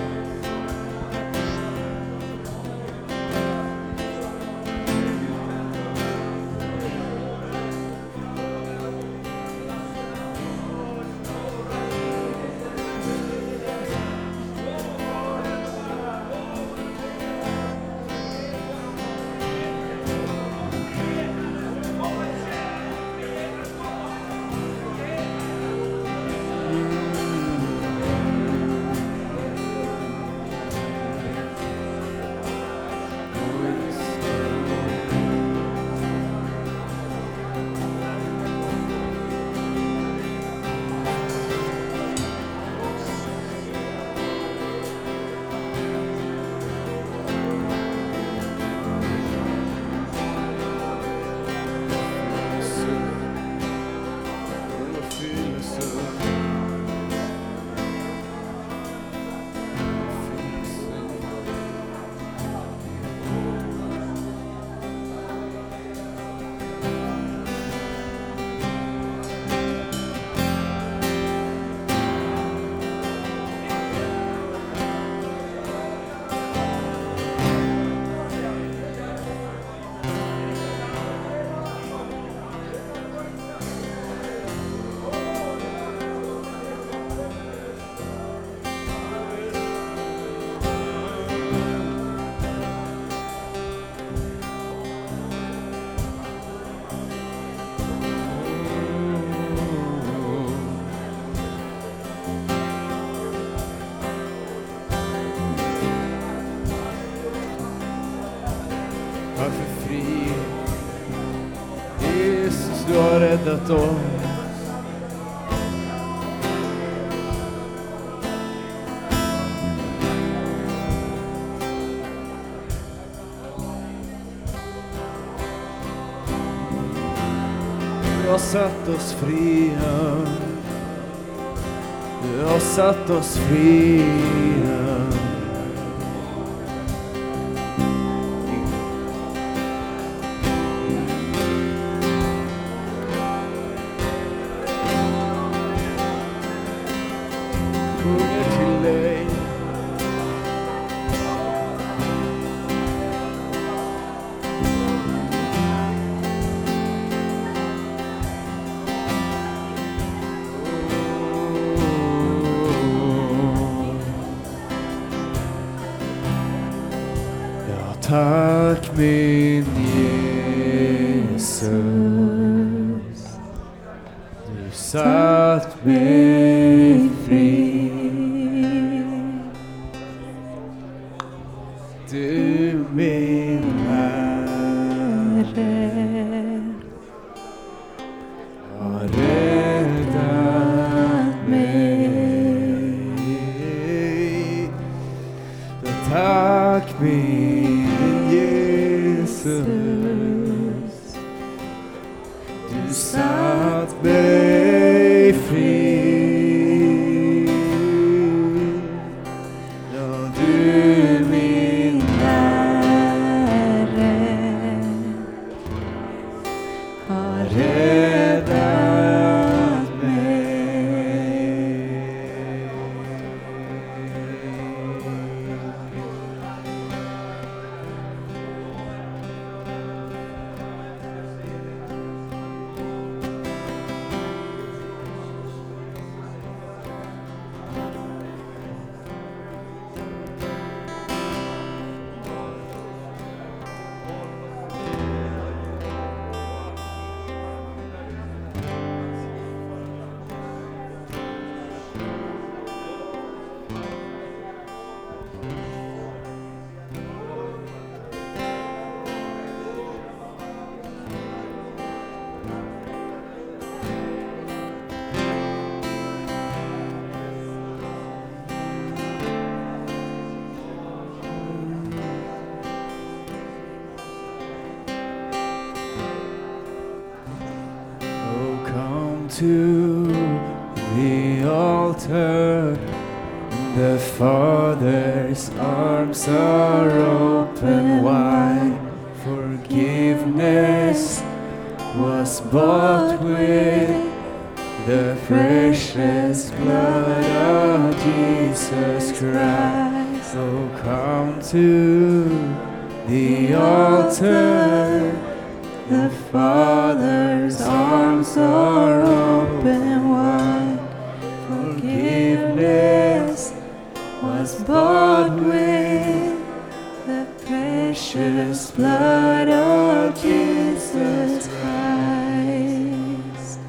Varför fri? Jesus, du har räddat oss. Du har satt oss fria. Du har satt oss fria. Tack min Jesus, du satt mig fri. Du min Herre har räddat mig. Tack min Jesus, du satt mig fri. Ja, du min Herre har räddat mig. to the altar. The Father's arms are open wide. Forgiveness was bought with the precious blood of Jesus Christ. So come to the altar. The Father's arms are open wide. Forgiveness was bought with the precious blood of Jesus Christ.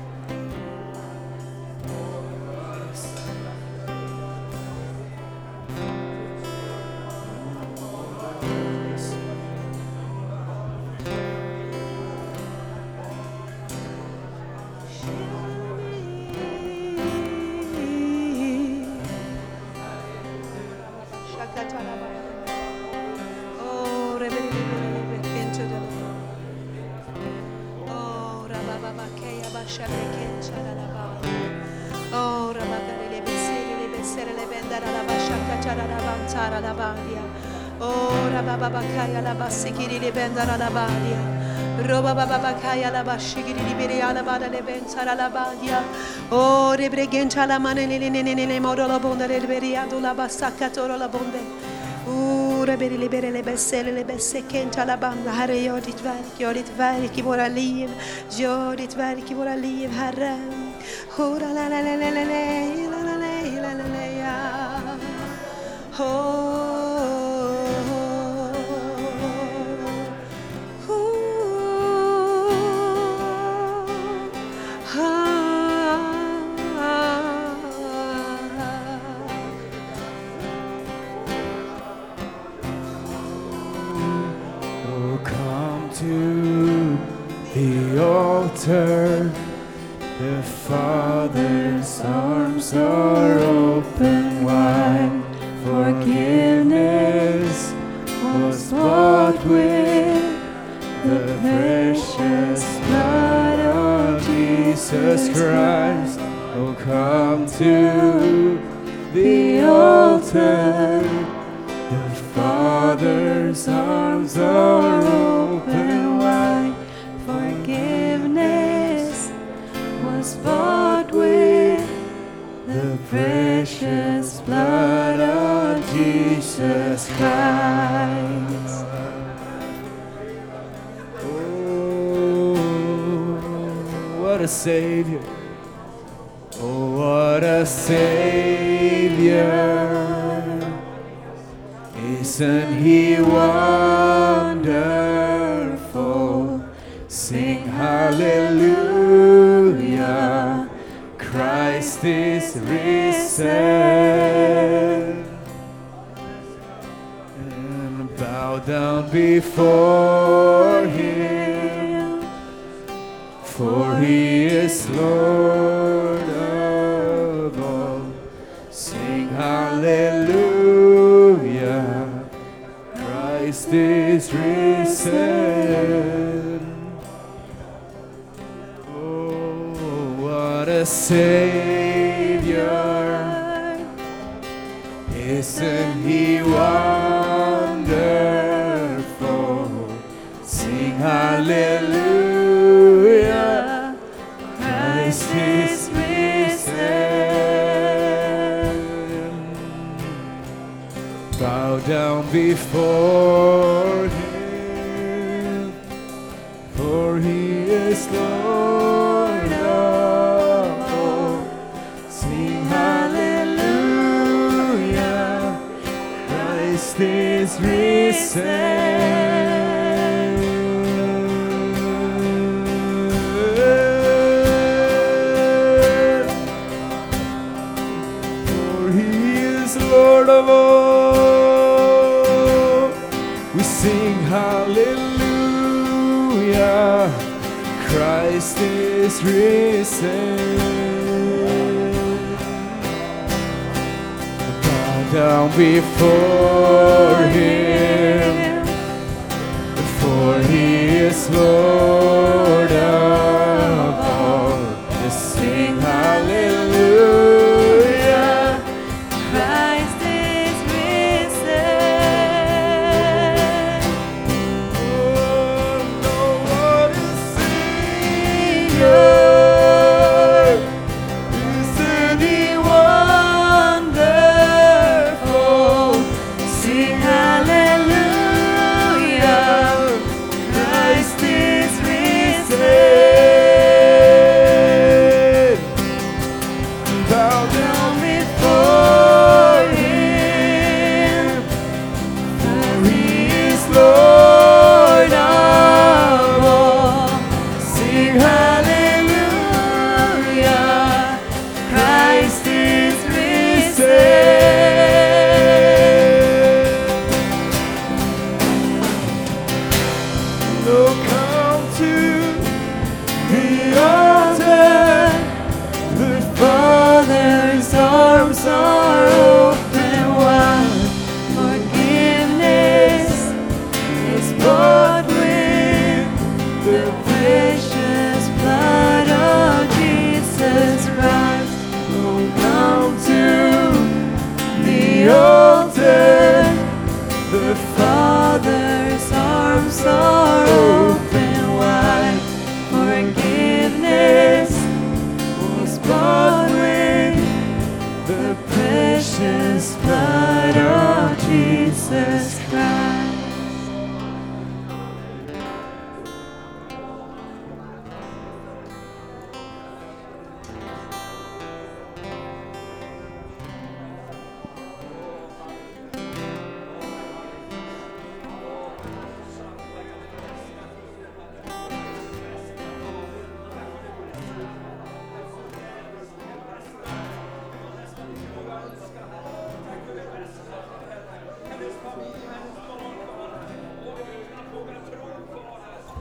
Roba baba kaya la bashigiri liberi ala bada le bensara la badia. Oh rebregencha la manene ne modola bonda le liberi adola basaka toro la bonde. Reberi liberi le besse kenta la banda. Herre, gör ditt verk i våra liv. Gör ditt verk i våra liv, Herre. Hora la la la la la la la la la la ja. To the altar, the Father's arms are open wide. Forgiveness was bought with the precious blood of Jesus Christ. Oh, come to the altar. The Father's arms are open wide. Forgiveness was bought with the precious blood of Jesus Christ. Oh, what a Savior. Oh, what a Savior. Isn't He wonderful? Sing hallelujah. Christ is risen. And bow down before Him, for He is Lord of all. Sing hallelujah. Christ is risen. Oh, what a Savior. Isn't He wonderful? Sing hallelujah. Christ is risen. Bow down before Him, for He is Lord of all. Sing hallelujah, Christ is risen. For He is Lord of all. We sing hallelujah, Christ is risen. Bow down before Him, for He is Lord of all. Just sing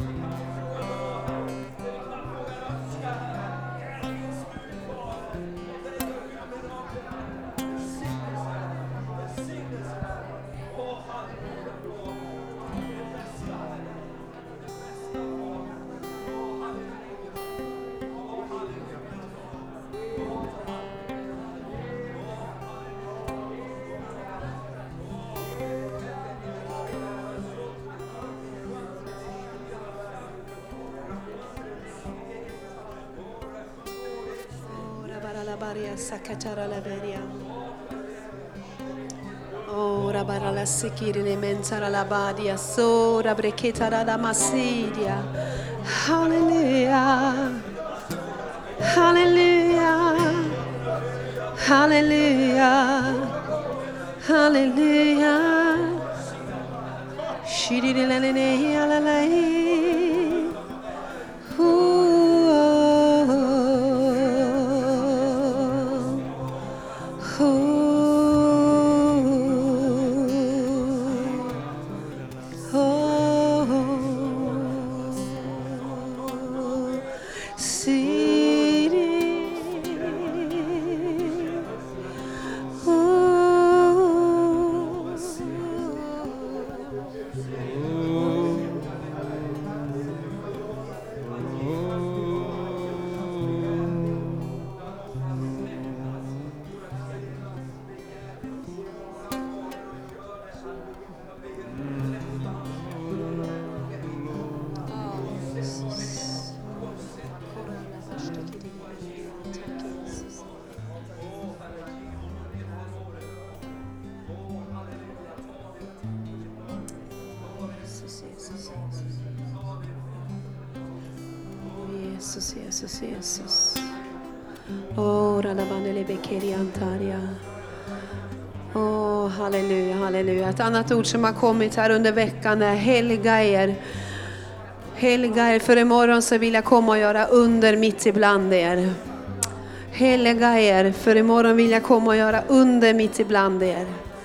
Sakatara la beria. Ora bara la sikiri le mentara la badia. Sora breketara la masidia. Hallelujah. Hallelujah. Hallelujah. Hallelujah. Shiri la la la la. Jesus. Ora la bandele bekeri antaria. Halleluja, halleluja. Ett annat ord som har kommit här under veckan är helga er. Helga er, för imorgon så vill jag komma och göra under mitt ibland er. Helga er, för imorgon vill jag komma och göra under mitt ibland er.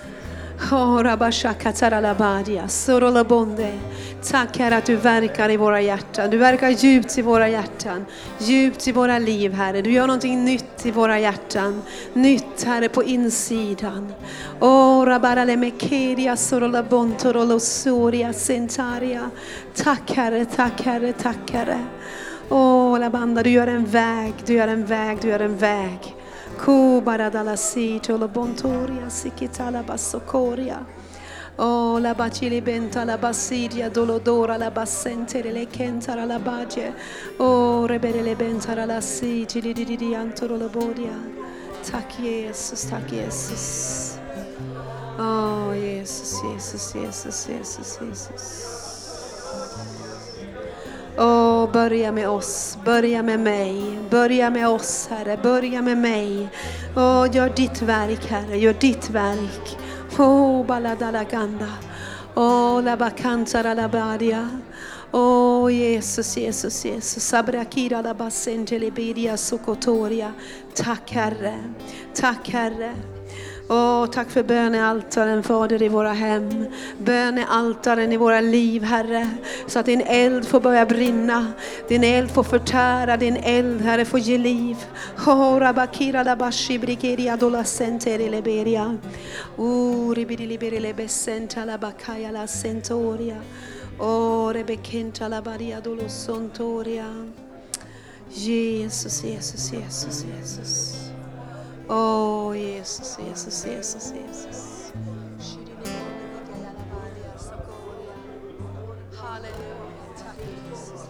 Tack Herre att du verkar i våra hjärtan. Du verkar djupt i våra hjärtan. Djupt i våra liv Herre. Du gör någonting nytt i våra hjärtan. Nytt Herre på insidan. Tack Herre, tack Herre, tack Herre. La banda, du gör en väg, du gör en väg, du gör en väg. Kubaradala sito la bontoria sikitala basokoria. La bacili benta la basidia dolodora la basente le kentara la baje. Rebele le bentara la siti di antoro la bodia. Tack Jesus, tack Jesus. Jesus, Jesus, Jesus, Jesus, Jesus. Börja med oss, börja med mig, börja med oss Herre, börja med mig. Gör ditt verk Herre, gör ditt verk. Baladalaganda, la bacantara la badia. Jesus, Jesus, Jesus. Sabrakira la basente libidia sokotoria. Tack Herre, tack Herre. Tack för bönealtaren Fader i våra hem. Bönealtaren i våra liv Herre. Så att din eld får börja brinna. Din eld får förtära. Din eld Herre får ge liv. Rabakira la bashi brigeria dola sentere leberia. Ribidi liberi lebesenta la bakaya la sentoria. Rebekenta la baria dolo sontoria. Jesus, Jesus, Jesus, Jesus. Jesus, Jesus, Jesus, Jesus. Halleluja, tack Jesus.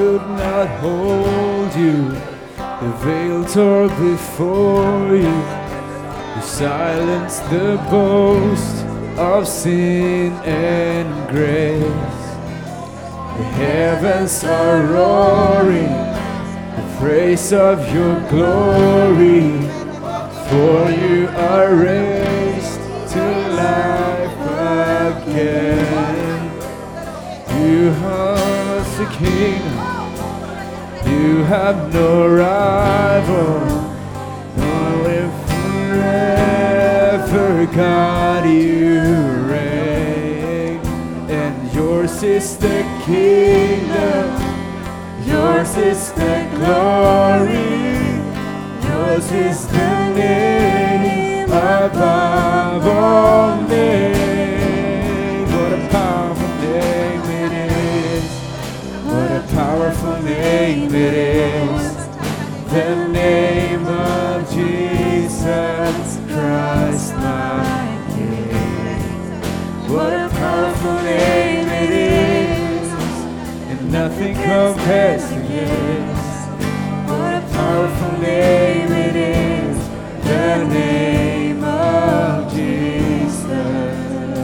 could not hold you. The veil tore before you. You silenced the boast of sin and grace. The heavens are roaring the praise of your glory. For you are raised to life again. You are the kingdom. You have no rival. No, if forever, God, you reign. And yours is the kingdom. Yours is the glory. Yours is the name above all names. What a powerful name it is. What a powerful name it is. The name of Jesus Christ, my King. What a powerful name it is. And nothing compares to this. What a powerful name it is. The name of Jesus.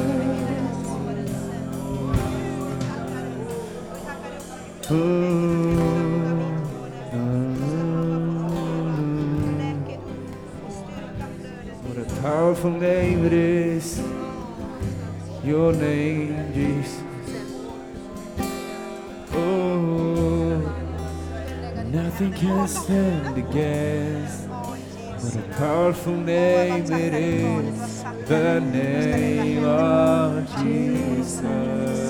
What a powerful name it is. Your name, Jesus. Oh, nothing can stand against. What a powerful name it is. The name of Jesus.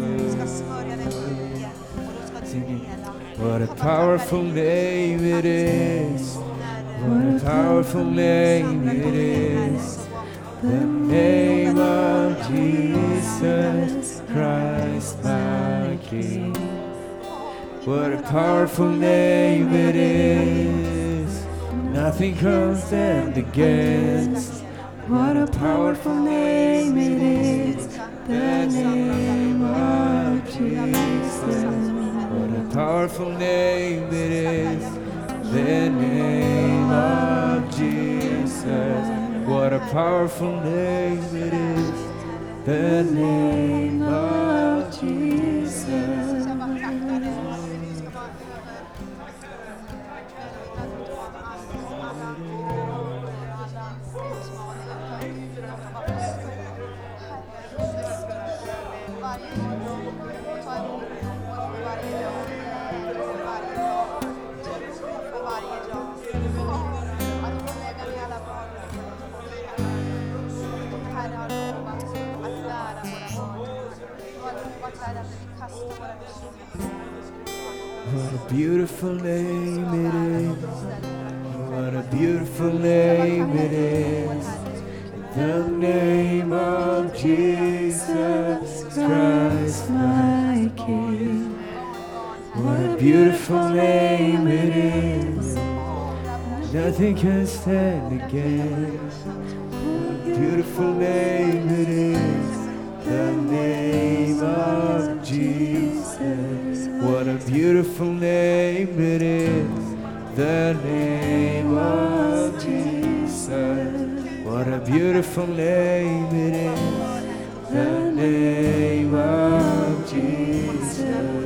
What a powerful name it is. What a powerful name it is. The name of Jesus Christ, my King. What a powerful name it is. Nothing can stand against. What a powerful name it is. The name of Jesus. What a powerful name it is. The name of Jesus. What a powerful name it is. The name of Jesus. What a beautiful name it is. What a beautiful name it is. The name of Jesus Christ, my King. What a beautiful name it is. Nothing can stand against. What a beautiful name it is. The name of Jesus. What a beautiful name it is. The name of Jesus. What a beautiful name it is. The name of Jesus.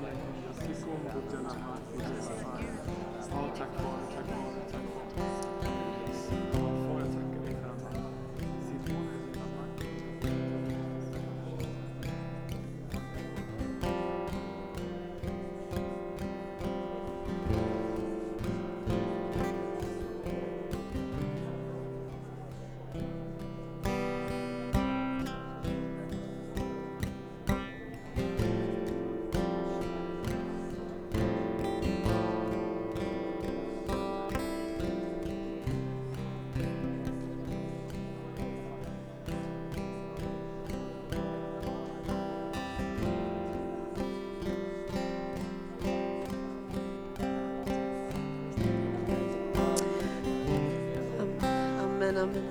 Amen, amen.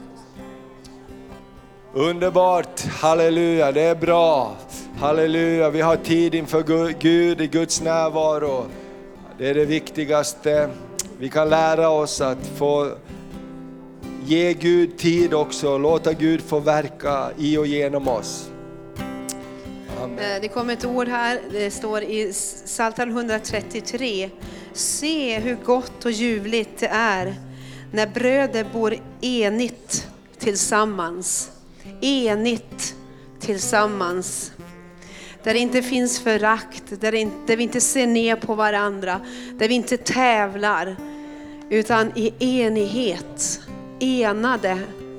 Underbart, halleluja, det är bra. Halleluja, vi har tid inför Gud i Guds närvaro. Det är det viktigaste. Vi kan lära oss att få ge Gud tid också. Låta Gud få verka i och genom oss. Amen. Det kommer ett ord här, det står i Psaltaren 133. Se hur gott och ljuvligt det är när bröder bor enigt tillsammans. Enigt tillsammans. Där det inte finns förakt, där vi inte ser ner på varandra, där vi inte tävlar, utan i enighet, enade.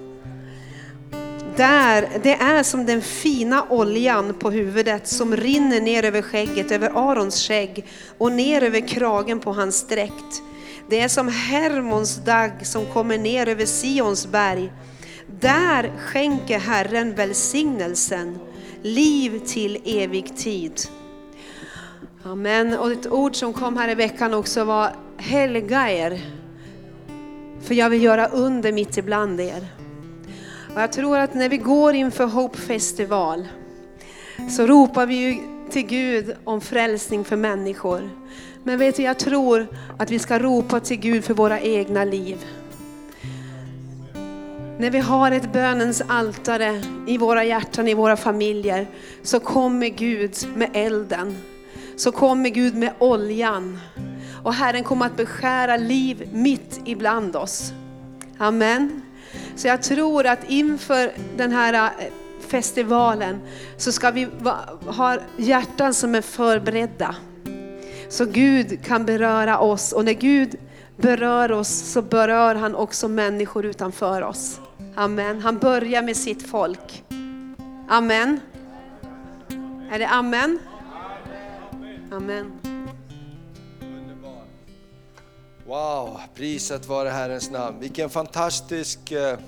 Där, det är som den fina oljan på huvudet som rinner ner över skägget, över Arons skägg och ner över kragen på hans dräkt. Det är som Hermons dag som kommer ner över Sions berg. Där skänker Herren välsignelsen, liv till evig tid. Amen. Och ett ord som kom här i veckan också var helga er. För jag vill göra under mitt ibland er. Och jag tror att när vi går inför Hope Festival så ropar vi ju till Gud om frälsning för människor. Men vet du, jag tror att vi ska ropa till Gud för våra egna liv. När vi har ett bönens altare i våra hjärtan, i våra familjer, så kommer Gud med elden. Så kommer Gud med oljan. Och Herren kommer att beskära liv mitt ibland oss. Amen. Så jag tror att inför den här festivalen så ska vi ha hjärtan som är förberedda. Så Gud kan beröra oss. Och när Gud berör oss så berör han också människor utanför oss. Amen. Han börjar med sitt folk. Amen. Är det amen? Amen. Wow, prisat vare Herrens namn. Vilken fantastisk...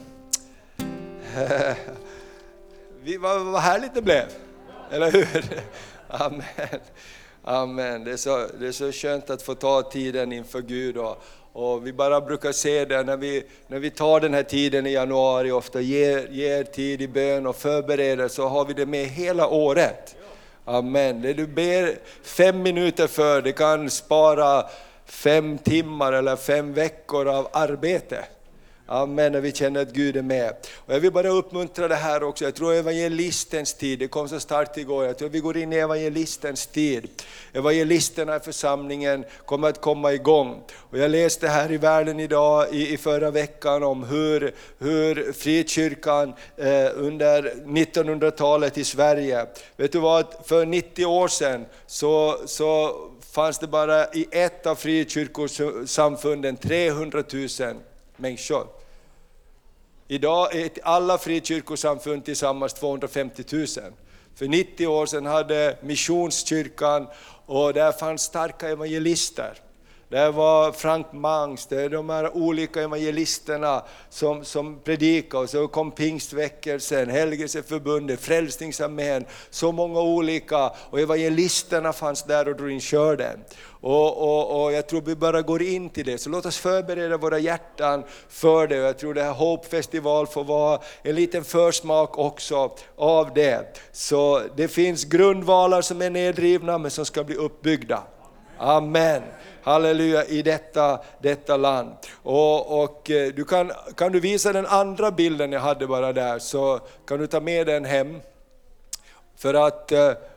vad härligt det blev. Eller hur? Amen. Amen. Det är så skönt att få ta tiden inför Gud. Och vi bara brukar se det när vi tar den här tiden i januari. Ofta ger tid i bön och förbereder, så har vi det med hela året. Amen. Det du ber 5 minuter för, det kan spara 5 timmar eller 5 veckor av arbete. Amen, när vi känner att Gud är med. Och jag vill bara uppmuntra det här också. Jag tror evangelistens tid, det kom så starkt igår. Jag tror vi går in i evangelistens tid. Evangelisterna i församlingen kommer att komma igång. Och jag läste här i Världen idag, i förra veckan, om hur frikyrkan under 1900-talet i Sverige. Vet du vad, för 90 år sedan så fanns det bara i ett av frikyrkosamfunden 300 000 människor. Idag är alla frikyrkosamfund tillsammans 250 000. För 90 år sedan hade Missionskyrkan, och där fanns starka evangelister. Det var Frank Mangs, det är de här olika evangelisterna som predikade. Och så kom Pingstväckelsen, Helgelseförbundet, Frälsningsarmén, så många olika. Och evangelisterna fanns där och drog in körden. Och jag tror vi bara går in till det. Så låt oss förbereda våra hjärtan för det. Jag tror det här Hope Festival får vara en liten försmak också av det. Så det finns grundvalar som är nedrivna men som ska bli uppbyggda. Amen. Halleluja, i detta land. Och du kan du visa den andra bilden jag hade bara där, så kan du ta med den hem. För att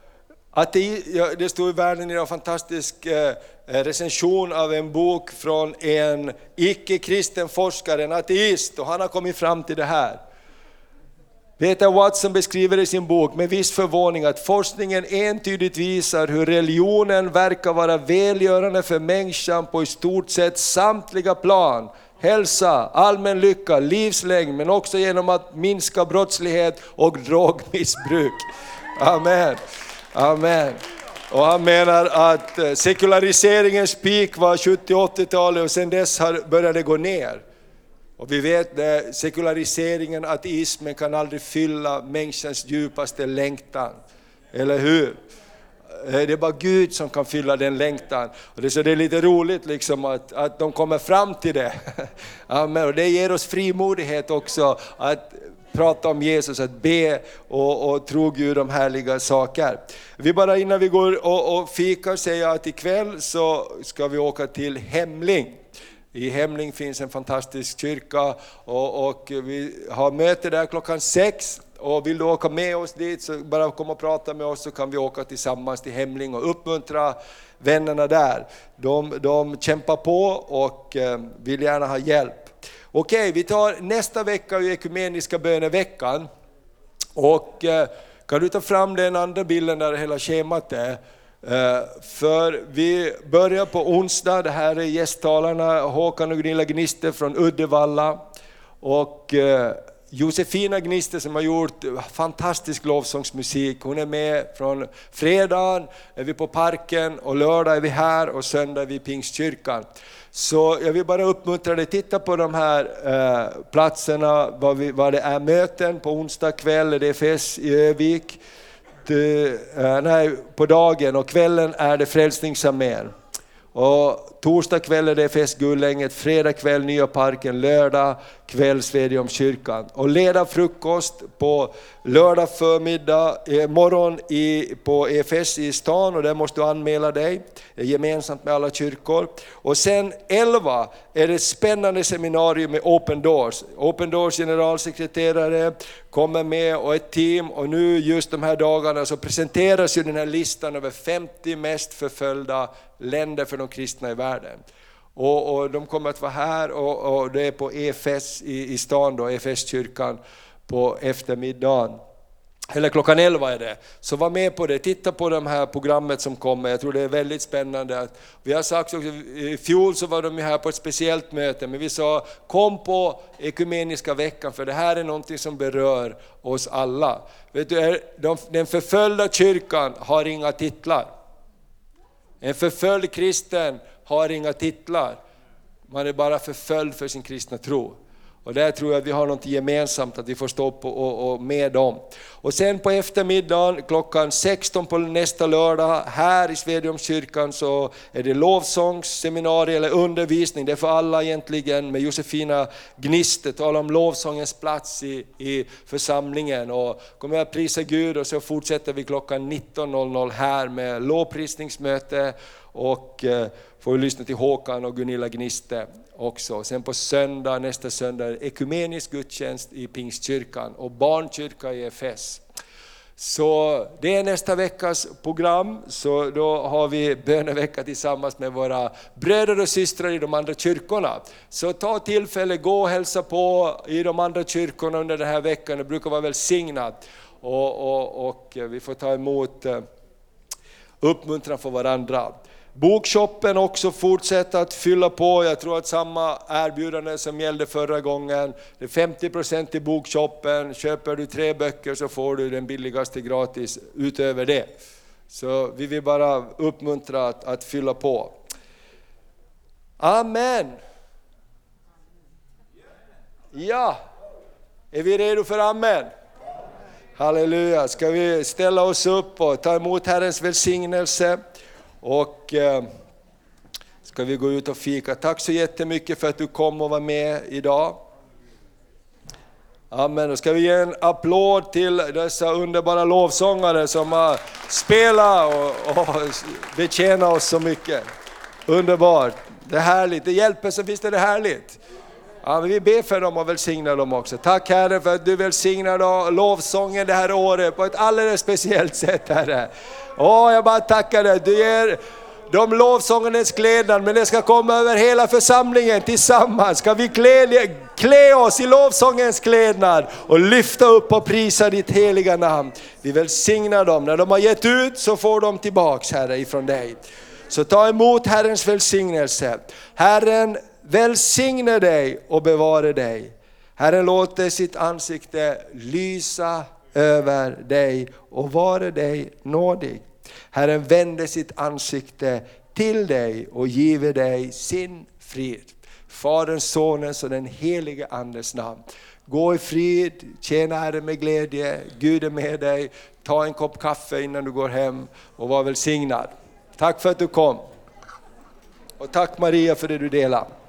Det stod i Världen idag en fantastisk recension av en bok från en icke-kristen forskare, en ateist, och han har kommit fram till det här. Peter Watson beskriver i sin bok med viss förvåning att forskningen entydigt visar hur religionen verkar vara välgörande för människan på i stort sett samtliga plan. Hälsa, allmän lycka, livslängd, men också genom att minska brottslighet och drogmissbruk. Amen. Amen. Och han menar att sekulariseringens peak var 70-80-talet och sen dess började det gå ner. Och vi vet att sekulariseringen, ateismen kan aldrig fylla människans djupaste längtan. Eller hur? Det är bara Gud som kan fylla den längtan. Och det är lite roligt liksom att de kommer fram till det. Amen. Och det ger oss frimodighet också att prata om Jesus, att be och tro Gud om härliga saker. Vi bara innan vi går och fikar säger att ikväll så ska vi åka till Hemling. I Hemling finns en fantastisk kyrka och vi har möte där klockan 6. Och vill du åka med oss dit så bara kom och prata med oss, så kan vi åka tillsammans till Hemling och uppmuntra vännerna där. De kämpar på och vill gärna ha hjälp. Okej, vi tar nästa vecka i ekumeniska böneveckan. Och kan du ta fram den andra bilden där hela schemat är? För vi börjar på onsdag. Det här är gästtalarna Håkan och Gunilla Gnister från Uddevalla. Och Josefina Gnister som har gjort fantastisk lovsångsmusik. Hon är med från fredagen, är vi på parken, och lördag är vi här och söndag är vi i Pingstkyrkan. Så jag vill bara uppmuntra dig, titta på de här platserna, vad det är möten. På onsdag kväll är det FS i Övik. På dagen och kvällen är det Frälsningsarmén. Och torsdag kväll är det FS Gullänget, fredag kväll Nya Parken, lördag kväll Svedjeholmskyrkan. Och leda frukost på lördag förmiddag, morgon på EFS i stan, och där måste du anmäla dig gemensamt med alla kyrkor. Och sen 11 är det ett spännande seminarium med Open Doors. Open Doors generalsekreterare kommer med och ett team, och nu just de här dagarna så presenteras ju den här listan över 50 mest förföljda länder för de kristna i världen. Och de kommer att vara här och det är på EFS i stan då, EFS-kyrkan på eftermiddagen. Eller klockan 11 är det. Så var med på det, titta på det här programmet som kommer. Jag tror det är väldigt spännande. Vi har sagt också, i fjol så var de här på ett speciellt möte, men vi sa kom på ekumeniska veckan, för det här är någonting som berör oss alla. Vet du, den förföljda kyrkan har inga titlar. En förföljd kristen har inga titlar. Man är bara förföljd för sin kristna tro. Och där tror jag att vi har något gemensamt, att vi får stå på och med dem. Och sen på eftermiddagen klockan 16 på nästa lördag här i Svedjeholmskyrkan så är det lovsångsseminarium eller undervisning. Det är för alla egentligen, med Josefina Gnister, tala om lovsångens plats i församlingen. Och kommer att prisa Gud, och så fortsätter vi klockan 19.00 här med lovprisningsmöte. Och får vi lyssna till Håkan och Gunilla Gnister också. Sen på söndag, nästa söndag, ekumenisk gudstjänst i Pingstkyrkan och barnkyrka i EFS. Så det är nästa veckas program. Så då har vi bönevecka tillsammans med våra bröder och systrar i de andra kyrkorna. Så ta tillfälle, gå och hälsa på i de andra kyrkorna under den här veckan. Det brukar vara välsignat. Och vi får ta emot uppmuntran för varandra. Bokshoppen också fortsätter att fylla på. Jag tror att samma erbjudande som gällde förra gången. Det är 50% i bokshoppen. Köper du 3 böcker så får du den billigaste gratis utöver det. Så vi vill bara uppmuntra att fylla på. Amen. Ja, är vi redo för amen? Halleluja. Ska vi ställa oss upp och ta emot Herrens välsignelse? Och ska vi gå ut och fika. Tack så jättemycket för att du kom och var med idag. Amen. Då ska vi ge en applåd till dessa underbara lovsångare som har spelat och betjänat oss så mycket. Underbart. Det är härligt. Det hjälper, så visst är det härligt. Ja, men vi ber för dem och välsignar dem också. Tack Herre för att du välsignar lovsången det här året på ett alldeles speciellt sätt, Herre. Jag bara tackar dig. Du ger de lovsångernas klädnad, men det ska komma över hela församlingen tillsammans. Ska vi klä oss i lovsångens klädnad och lyfta upp och prisa ditt heliga namn. Vi välsignar dem. När de har gett ut så får de tillbaks, Herre, ifrån dig. Så ta emot Herrens välsignelse. Herren välsigne dig och bevara dig. Herren låter sitt ansikte lysa över dig och vara dig nådig. Herren vänder sitt ansikte till dig och giver dig sin frid. Faderns, Sonens och den helige Andes namn. Gå i frid, tjäna Herren med glädje, Gud är med dig. Ta en kopp kaffe innan du går hem och var välsignad. Tack för att du kom. Och tack Maria för det du delar.